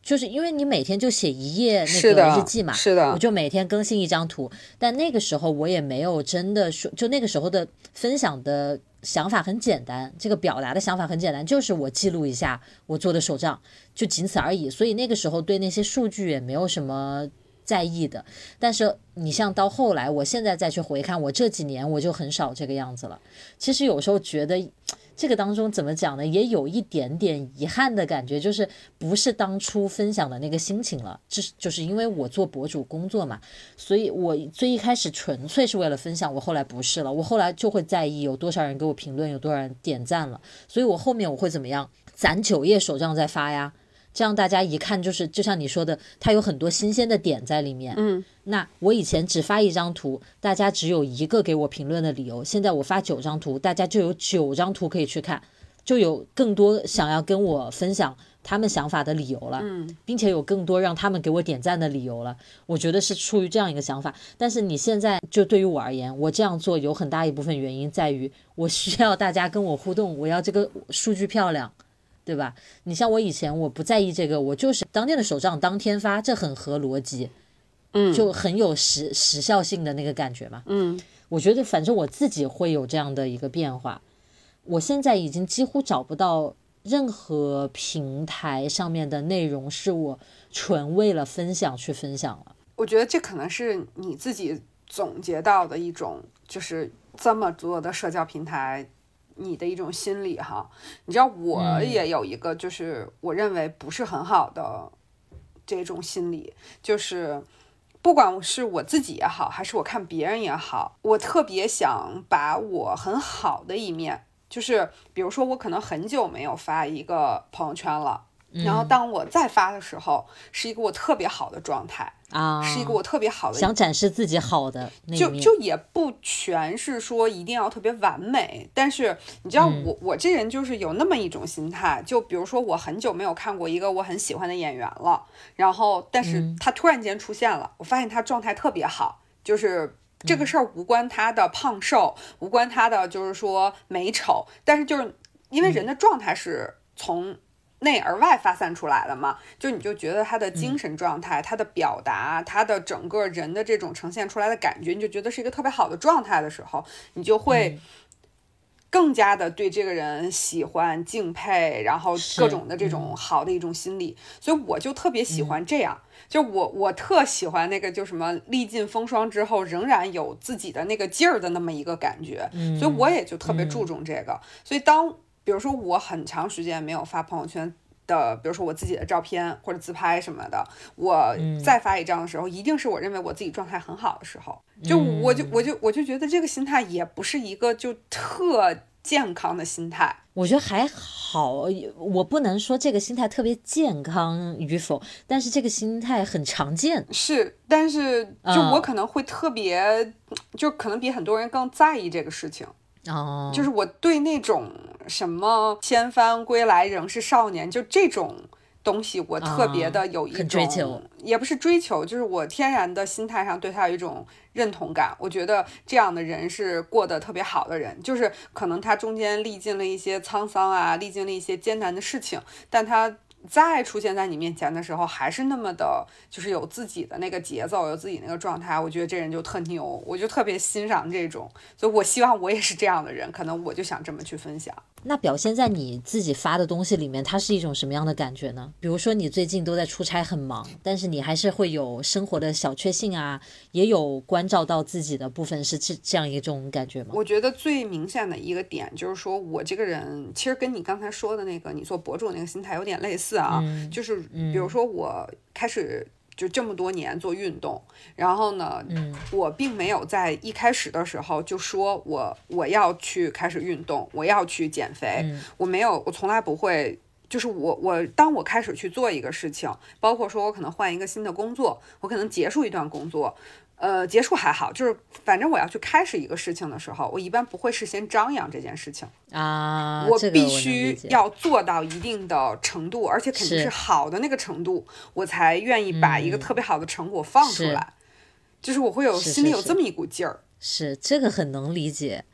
就是因为你每天就写一页那个日记嘛， 是的， 我就每天更新一张图，但那个时候我也没有真的说，就那个时候的分享的想法很简单，这个表达的想法很简单，就是我记录一下我做的手账，就仅此而已。所以那个时候对那些数据也没有什么在意的。但是你像到后来，我现在再去回看，我这几年我就很少这个样子了。其实有时候觉得这个当中怎么讲呢，也有一点点遗憾的感觉，就是不是当初分享的那个心情了。就是因为我做博主工作嘛，所以我最一开始纯粹是为了分享，我后来不是了，我后来就会在意有多少人给我评论，有多少人点赞了，所以我后面我会怎么样，攒9页手账再发呀，这样大家一看就是就像你说的，它有很多新鲜的点在里面。那我以前只发一张图，大家只有1个给我评论的理由，现在我发9张图，大家就有9张图可以去看，就有更多想要跟我分享他们想法的理由了，并且有更多让他们给我点赞的理由了。我觉得是出于这样一个想法。但是你现在就对于我而言，我这样做有很大一部分原因在于我需要大家跟我互动，我要这个数据漂亮，对吧？你像我以前我不在意这个，我就是当天的手账当天发，这很合逻辑，就很有时效性的那个感觉嘛。我觉得反正我自己会有这样的一个变化。我现在已经几乎找不到任何平台上面的内容是我纯为了分享去分享了。 我觉得这可能是你自己总结到的一种，就是这么多的社交平台你的一种心理哈。你知道我也有一个就是我认为不是很好的这种心理，就是不管是我自己也好，还是我看别人也好，我特别想把我很好的一面，就是比如说我可能很久没有发一个朋友圈了，然后当我再发的时候，是一个我特别好的状态啊，是一个我特别好的， 想展示自己好的那一面， 就也不全是说一定要特别完美，但是你知道我这人就是有那么一种心态，就比如说我很久没有看过一个我很喜欢的演员了，然后但是他突然间出现了，我发现他状态特别好，就是这个事儿无关他的胖瘦，无关他的就是说美丑，但是就是因为人的状态是从内而外发散出来的嘛，就你就觉得他的精神状态，他的表达，他的整个人的这种呈现出来的感觉，你就觉得是一个特别好的状态的时候，你就会更加的对这个人喜欢敬佩，然后各种的这种好的一种心理，所以我就特别喜欢这样，就我特喜欢那个就什么历尽风霜之后仍然有自己的那个劲儿的那么一个感觉，所以我也就特别注重这个，所以当比如说我很长时间没有发朋友圈的，比如说我自己的照片或者自拍什么的，我再发一张的时候，一定是我认为我自己状态很好的时候，就我就觉得这个心态也不是一个就特健康的心态。 我觉得还好，我不能说这个心态特别健康与否，但是这个心态很常见。 是，但是就我可能会特别，就可能比很多人更在意这个事情。就是我对那种什么千帆归来仍是少年，就这种东西我特别的有一种追求， 也不是追求，就是我天然的心态上对他有一种认同感，我觉得这样的人是过得特别好的人，就是可能他中间历尽了一些沧桑啊，历尽了一些艰难的事情，但他再出现在你面前的时候还是那么的就是有自己的那个节奏，有自己那个状态，我觉得这人就特牛，我就特别欣赏这种，所以我希望我也是这样的人，可能我就想这么去分享。 那表现在你自己发的东西里面，它是一种什么样的感觉呢？比如说你最近都在出差很忙，但是你还是会有生活的小确幸啊，也有关照到自己的部分，是这样一种感觉吗？ 我觉得最明显的一个点就是说我这个人其实跟你刚才说的那个你做博主那个心态有点类似啊，就是比如说我开始就这么多年做运动，然后呢我并没有在一开始的时候就说我要去开始运动，我要去减肥，我没有，我从来不会，就是当我开始去做一个事情，包括说我可能换一个新的工作，我可能结束一段工作，结束还好，就是反正我要去开始一个事情的时候，我一般不会事先张扬这件事情啊， 我必须要做到一定的程度，而且肯定是好的那个程度，我才愿意把一个特别好的成果放出来，就是我会有心里有这么一股劲儿。 是这个很能理解，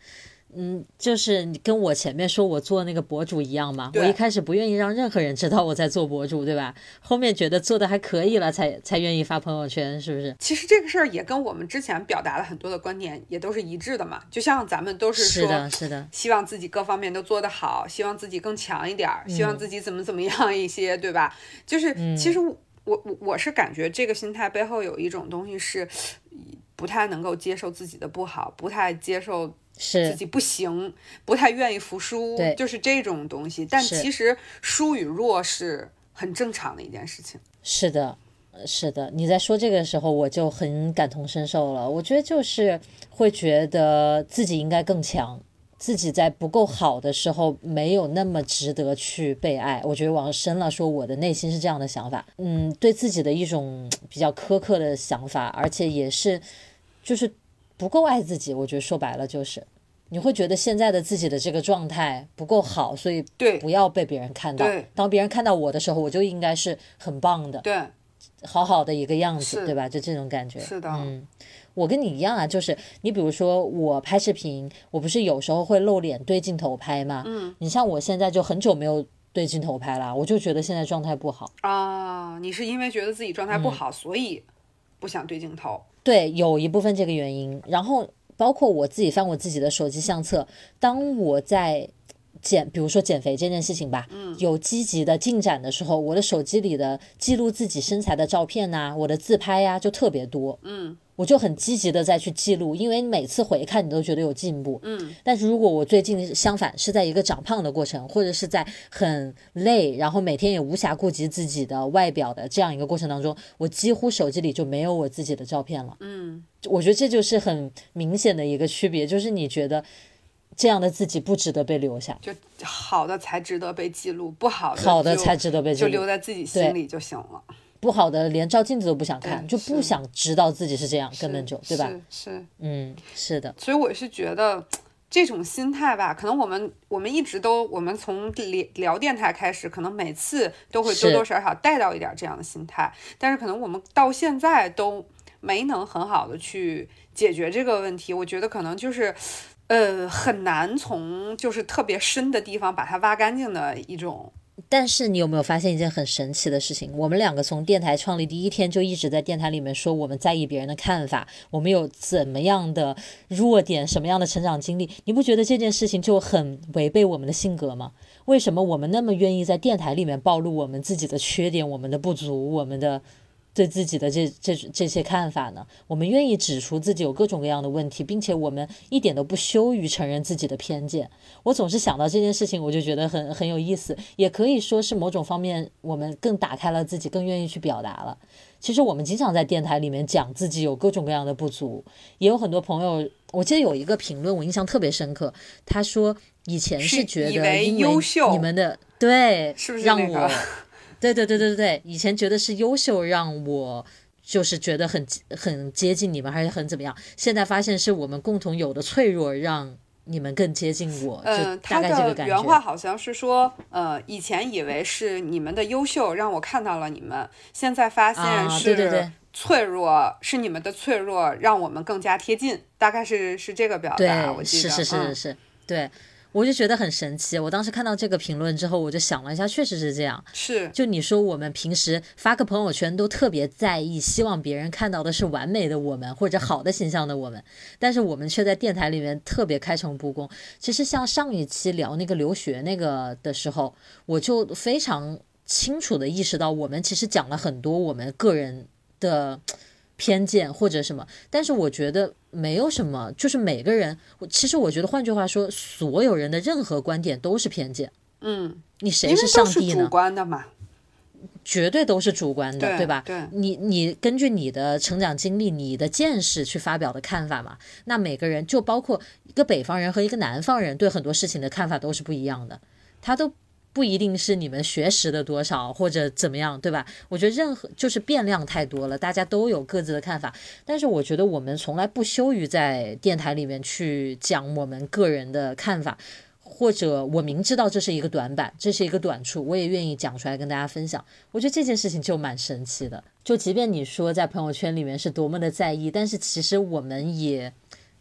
就是你跟我前面说我做那个博主一样嘛，我一开始不愿意让任何人知道我在做博主，对吧？后面觉得做的还可以了才愿意发朋友圈，是不是？ 其实这个事儿也跟我们之前表达了很多的观点也都是一致的嘛，就像咱们都是说是的， 希望自己各方面都做得好，希望自己更强一点，希望自己怎么样一些，对吧？就是其实我是感觉这个心态背后有一种东西是不太能够接受自己的不好，不太接受自己不行，不太愿意服输，就是这种东西。但其实输与弱是很正常的一件事情。 是的，你在说这个时候我就很感同身受了。我觉得就是会觉得自己应该更强，自己在不够好的时候没有那么值得去被爱。我觉得往深了说，我的内心是这样的想法，对自己的一种比较苛刻的想法，而且也是就是不够爱自己。我觉得说白了就是你会觉得现在的自己的这个状态不够好，所以不要被别人看到。当别人看到我的时候，我就应该是很棒的， 对， 好好的一个样子，对吧？就这种感觉。 是的， 我跟你一样啊，就是你比如说我拍视频，我不是有时候会露脸对镜头拍吗？你像我现在就很久没有对镜头拍了，我就觉得现在状态不好啊。你是因为觉得自己状态不好，所以不想对镜头？ 对，有一部分这个原因。然后包括我自己翻我自己的手机相册，当我在比如说减肥这件事情吧，有积极的进展的时候，我的手机里的记录自己身材的照片啊，我的自拍啊就特别多，我就很积极的再去记录，因为每次回看你都觉得有进步，但是如果我最近相反是在一个长胖的过程，或者是在很累，然后每天也无暇顾及自己的外表的这样一个过程当中，我几乎手机里就没有我自己的照片了，我觉得这就是很明显的一个区别，就是你觉得这样的自己不值得被留下， 就好的才值得被记录，不好的才值得被记录， 就留在自己心里就行了。 不好的连照镜子都不想看，就不想知道自己是这样，根本就对吧？是的。 所以我是觉得这种心态吧，可能我们一直都，我们从聊电台开始，可能每次都会多多少少带到一点这样的心态，但是可能我们到现在都没能很好的去解决这个问题。我觉得可能就是很难从就是特别深的地方把它挖干净的一种。 但是你有没有发现一件很神奇的事情？我们两个从电台创立第一天就一直在电台里面说我们在意别人的看法，我们有怎么样的弱点，什么样的成长经历，你不觉得这件事情就很违背我们的性格吗？为什么我们那么愿意在电台里面暴露我们自己的缺点，我们的不足，我们的对自己的这些看法呢？我们愿意指出自己有各种各样的问题，并且我们一点都不羞于承认自己的偏见。我总是想到这件事情，我就觉得很有意思，也可以说是某种方面我们更打开了自己，更愿意去表达了。其实我们经常在电台里面讲自己有各种各样的不足，也有很多朋友，我记得有一个评论我印象特别深刻，他说以前是觉得因为你们的对， 是不是让我对，以前觉得是优秀让我就是觉得很接近你们，还是很怎么样，现在发现是我们共同有的脆弱让你们更接近我，就大概这个感觉。 他的原话好像是说以前以为是你们的优秀让我看到了你们，现在发现是脆弱，是你们的脆弱让我们更加贴近，大概是这个表达。我记得是对，我就觉得很神奇。我当时看到这个评论之后，我就想了一下，确实是这样。 是， 就你说我们平时发个朋友圈都特别在意，希望别人看到的是完美的我们或者好的形象的我们，但是我们却在电台里面特别开诚布公。其实像上一期聊那个留学那个的时候，我就非常清楚的意识到，我们其实讲了很多我们个人的偏见或者什么，但是我觉得没有什么，就是每个人，其实我觉得换句话说，所有人的任何观点都是偏见。你谁是上帝呢？ 因为都是主观的嘛， 绝对都是主观的，对吧？ 对， 你根据你的成长经历、你的见识去发表的看法嘛。那每个人，就包括一个北方人和一个南方人，对很多事情的看法都是不一样的，他都不一定是你们学识的多少或者怎么样，对吧？我觉得任何就是变量太多了，大家都有各自的看法。但是我觉得我们从来不羞于在电台里面去讲我们个人的看法，或者我明知道这是一个短板，这是一个短处，我也愿意讲出来跟大家分享。我觉得这件事情就蛮神奇的。就即便你说在朋友圈里面是多么的在意，但是其实我们也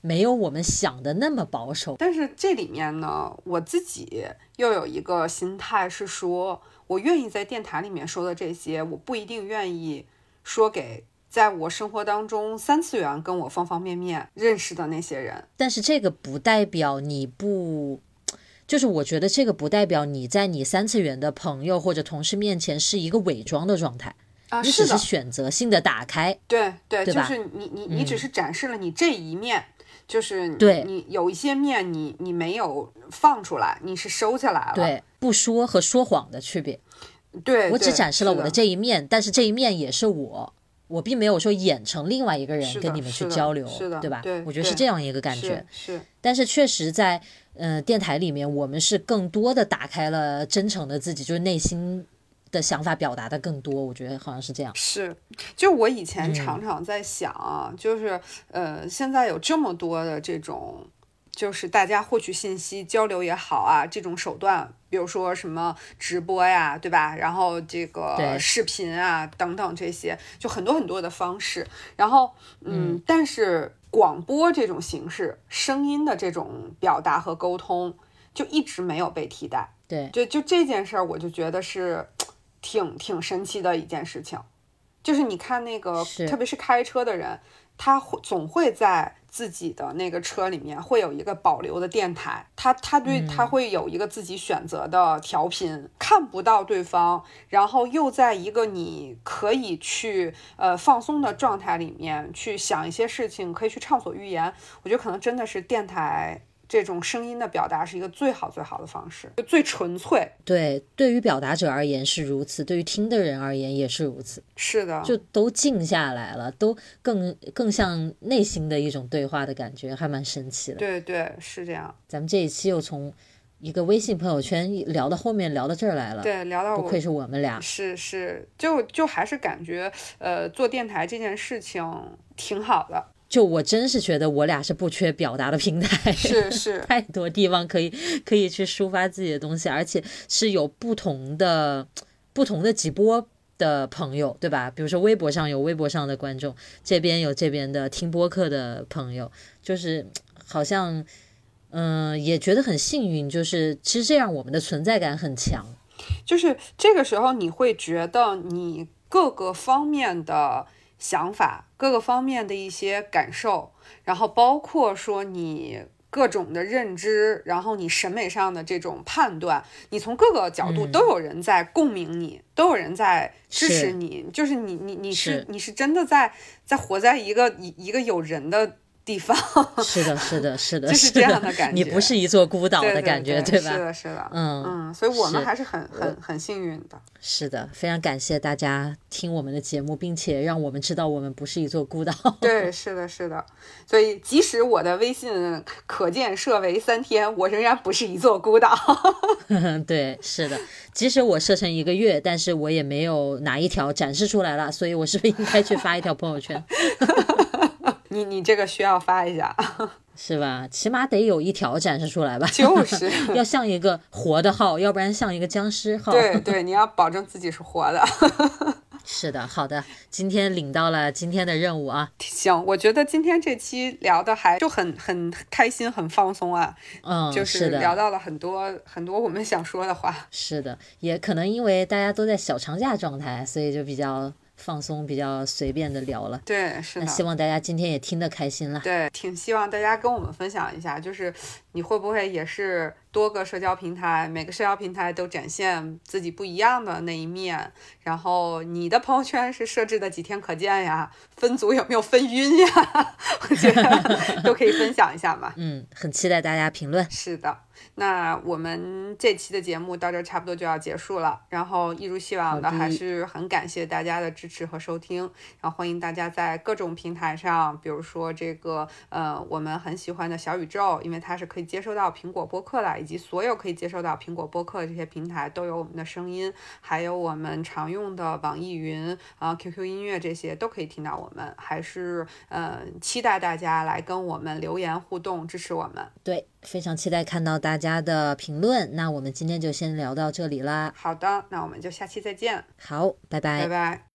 没有我们想的那么保守。 但是这里面呢，我自己又有一个心态是说，我愿意在电台里面说的这些，我不一定愿意说给在我生活当中3次元跟我方方面面认识的那些人。 但是这个不代表你不，就是我觉得这个不代表你在你3次元的朋友或者同事面前是一个伪装的状态啊， 你只是选择性的打开。 对对， 对吧？ 就是你只是展示了你这一面，就是对你有一些面你没有放出来，你是收起来了。 对，不说和说谎的区别。 对， 我只展示了我的这一面，但是这一面也是我并没有说演成另外一个人跟你们去交流，对吧？ 对， 我觉得是这样一个感觉。 是， 但是确实在电台里面，我们是更多的打开了真诚的自己，就是内心的想法表达的更多，我觉得好像是这样。 是，就我以前常常在想啊，就是现在有这么多的这种，就是大家获取信息交流也好啊，这种手段，比如说什么直播呀，对吧？然后这个视频啊等等这些，就很多很多的方式。然后但是广播这种形式，声音的这种表达和沟通，就一直没有被替代。 对， 就这件事儿，我就觉得是挺神奇的一件事情。就是你看那个，特别是开车的人，他总会在自己的那个车里面会有一个保留的电台，他会有一个自己选择的调频，看不到对方，然后又在一个你可以去放松的状态里面去想一些事情，可以去畅所欲言。我觉得可能真的是电台这种声音的表达是一个最好的方式，就最纯粹。 对，对于表达者而言是如此，对于听的人而言也是如此。 是的， 就都静下来了，都更像内心的一种对话的感觉，还蛮神奇的。 对对，是这样。 咱们这一期又从一个微信朋友圈聊到后面，聊到这儿来了。 对，聊到不愧是我们俩。 是，就还是感觉做电台这件事情挺好的。 就我真是觉得我俩是不缺表达的平台， 是太多地方可以去抒发自己的东西，而且是有不同的几波的朋友，对吧？比如说微博上有微博上的观众，这边有这边的听播客的朋友，就是好像也觉得很幸运，就是其实这样我们的存在感很强。 就是这个时候你会觉得你各个方面的想法，各个方面的一些感受，然后包括说你各种的认知，然后你审美上的这种判断，你从各个角度都有人在共鸣你，都有人在支持你，就是你是真的在活在一个有人的地方。 是的就是这样的感觉， 你不是一座孤岛的感觉， 对吧？ 是的所以我们还是很幸运的。 是的，非常感谢大家听我们的节目，并且让我们知道我们不是一座孤岛。 对，是的所以即使我的微信可见设为3天，我仍然不是一座孤岛。 对，是的，即使我设成1个月，但是我也没有哪一条展示出来了，所以我是不是应该去发一条朋友圈？ 你这个需要发一下， 是吧？起码得有1条展示出来吧？ 就是要像一个活的号，要不然像一个僵尸号。 对，你要保证自己是活的。 是的，好的，今天领到了今天的任务啊。 行，我觉得今天这期聊的还就很开心，很放松啊。就是聊到了很多我们想说的话。 是的，也可能因为大家都在小长假状态，所以就比较放松，比较随便的聊了。 对，是的。 那希望大家今天也听得开心了。 对，挺希望大家跟我们分享一下，就是你会不会也是多个社交平台，每个社交平台都展现自己不一样的那一面，然后你的朋友圈是设置的几天可见呀？分组有没有分晕呀？我觉得都可以分享一下嘛。 很期待大家评论。 是的，那我们这期的节目到这差不多就要结束了，然后一如既往的还是很感谢大家的支持和收听，然后欢迎大家在各种平台上，比如说这个我们很喜欢的小宇宙，因为它是可以接收到苹果播客的，以及所有可以接收到苹果播客的这些平台都有我们的声音，还有我们常用的网易云QQ 音乐，这些都可以听到我们，还是期待大家来跟我们留言互动支持我们。 对，非常期待看到大家的评论。那我们今天就先聊到这里啦。 好的，那我们就下期再见。 好，拜拜。 拜拜。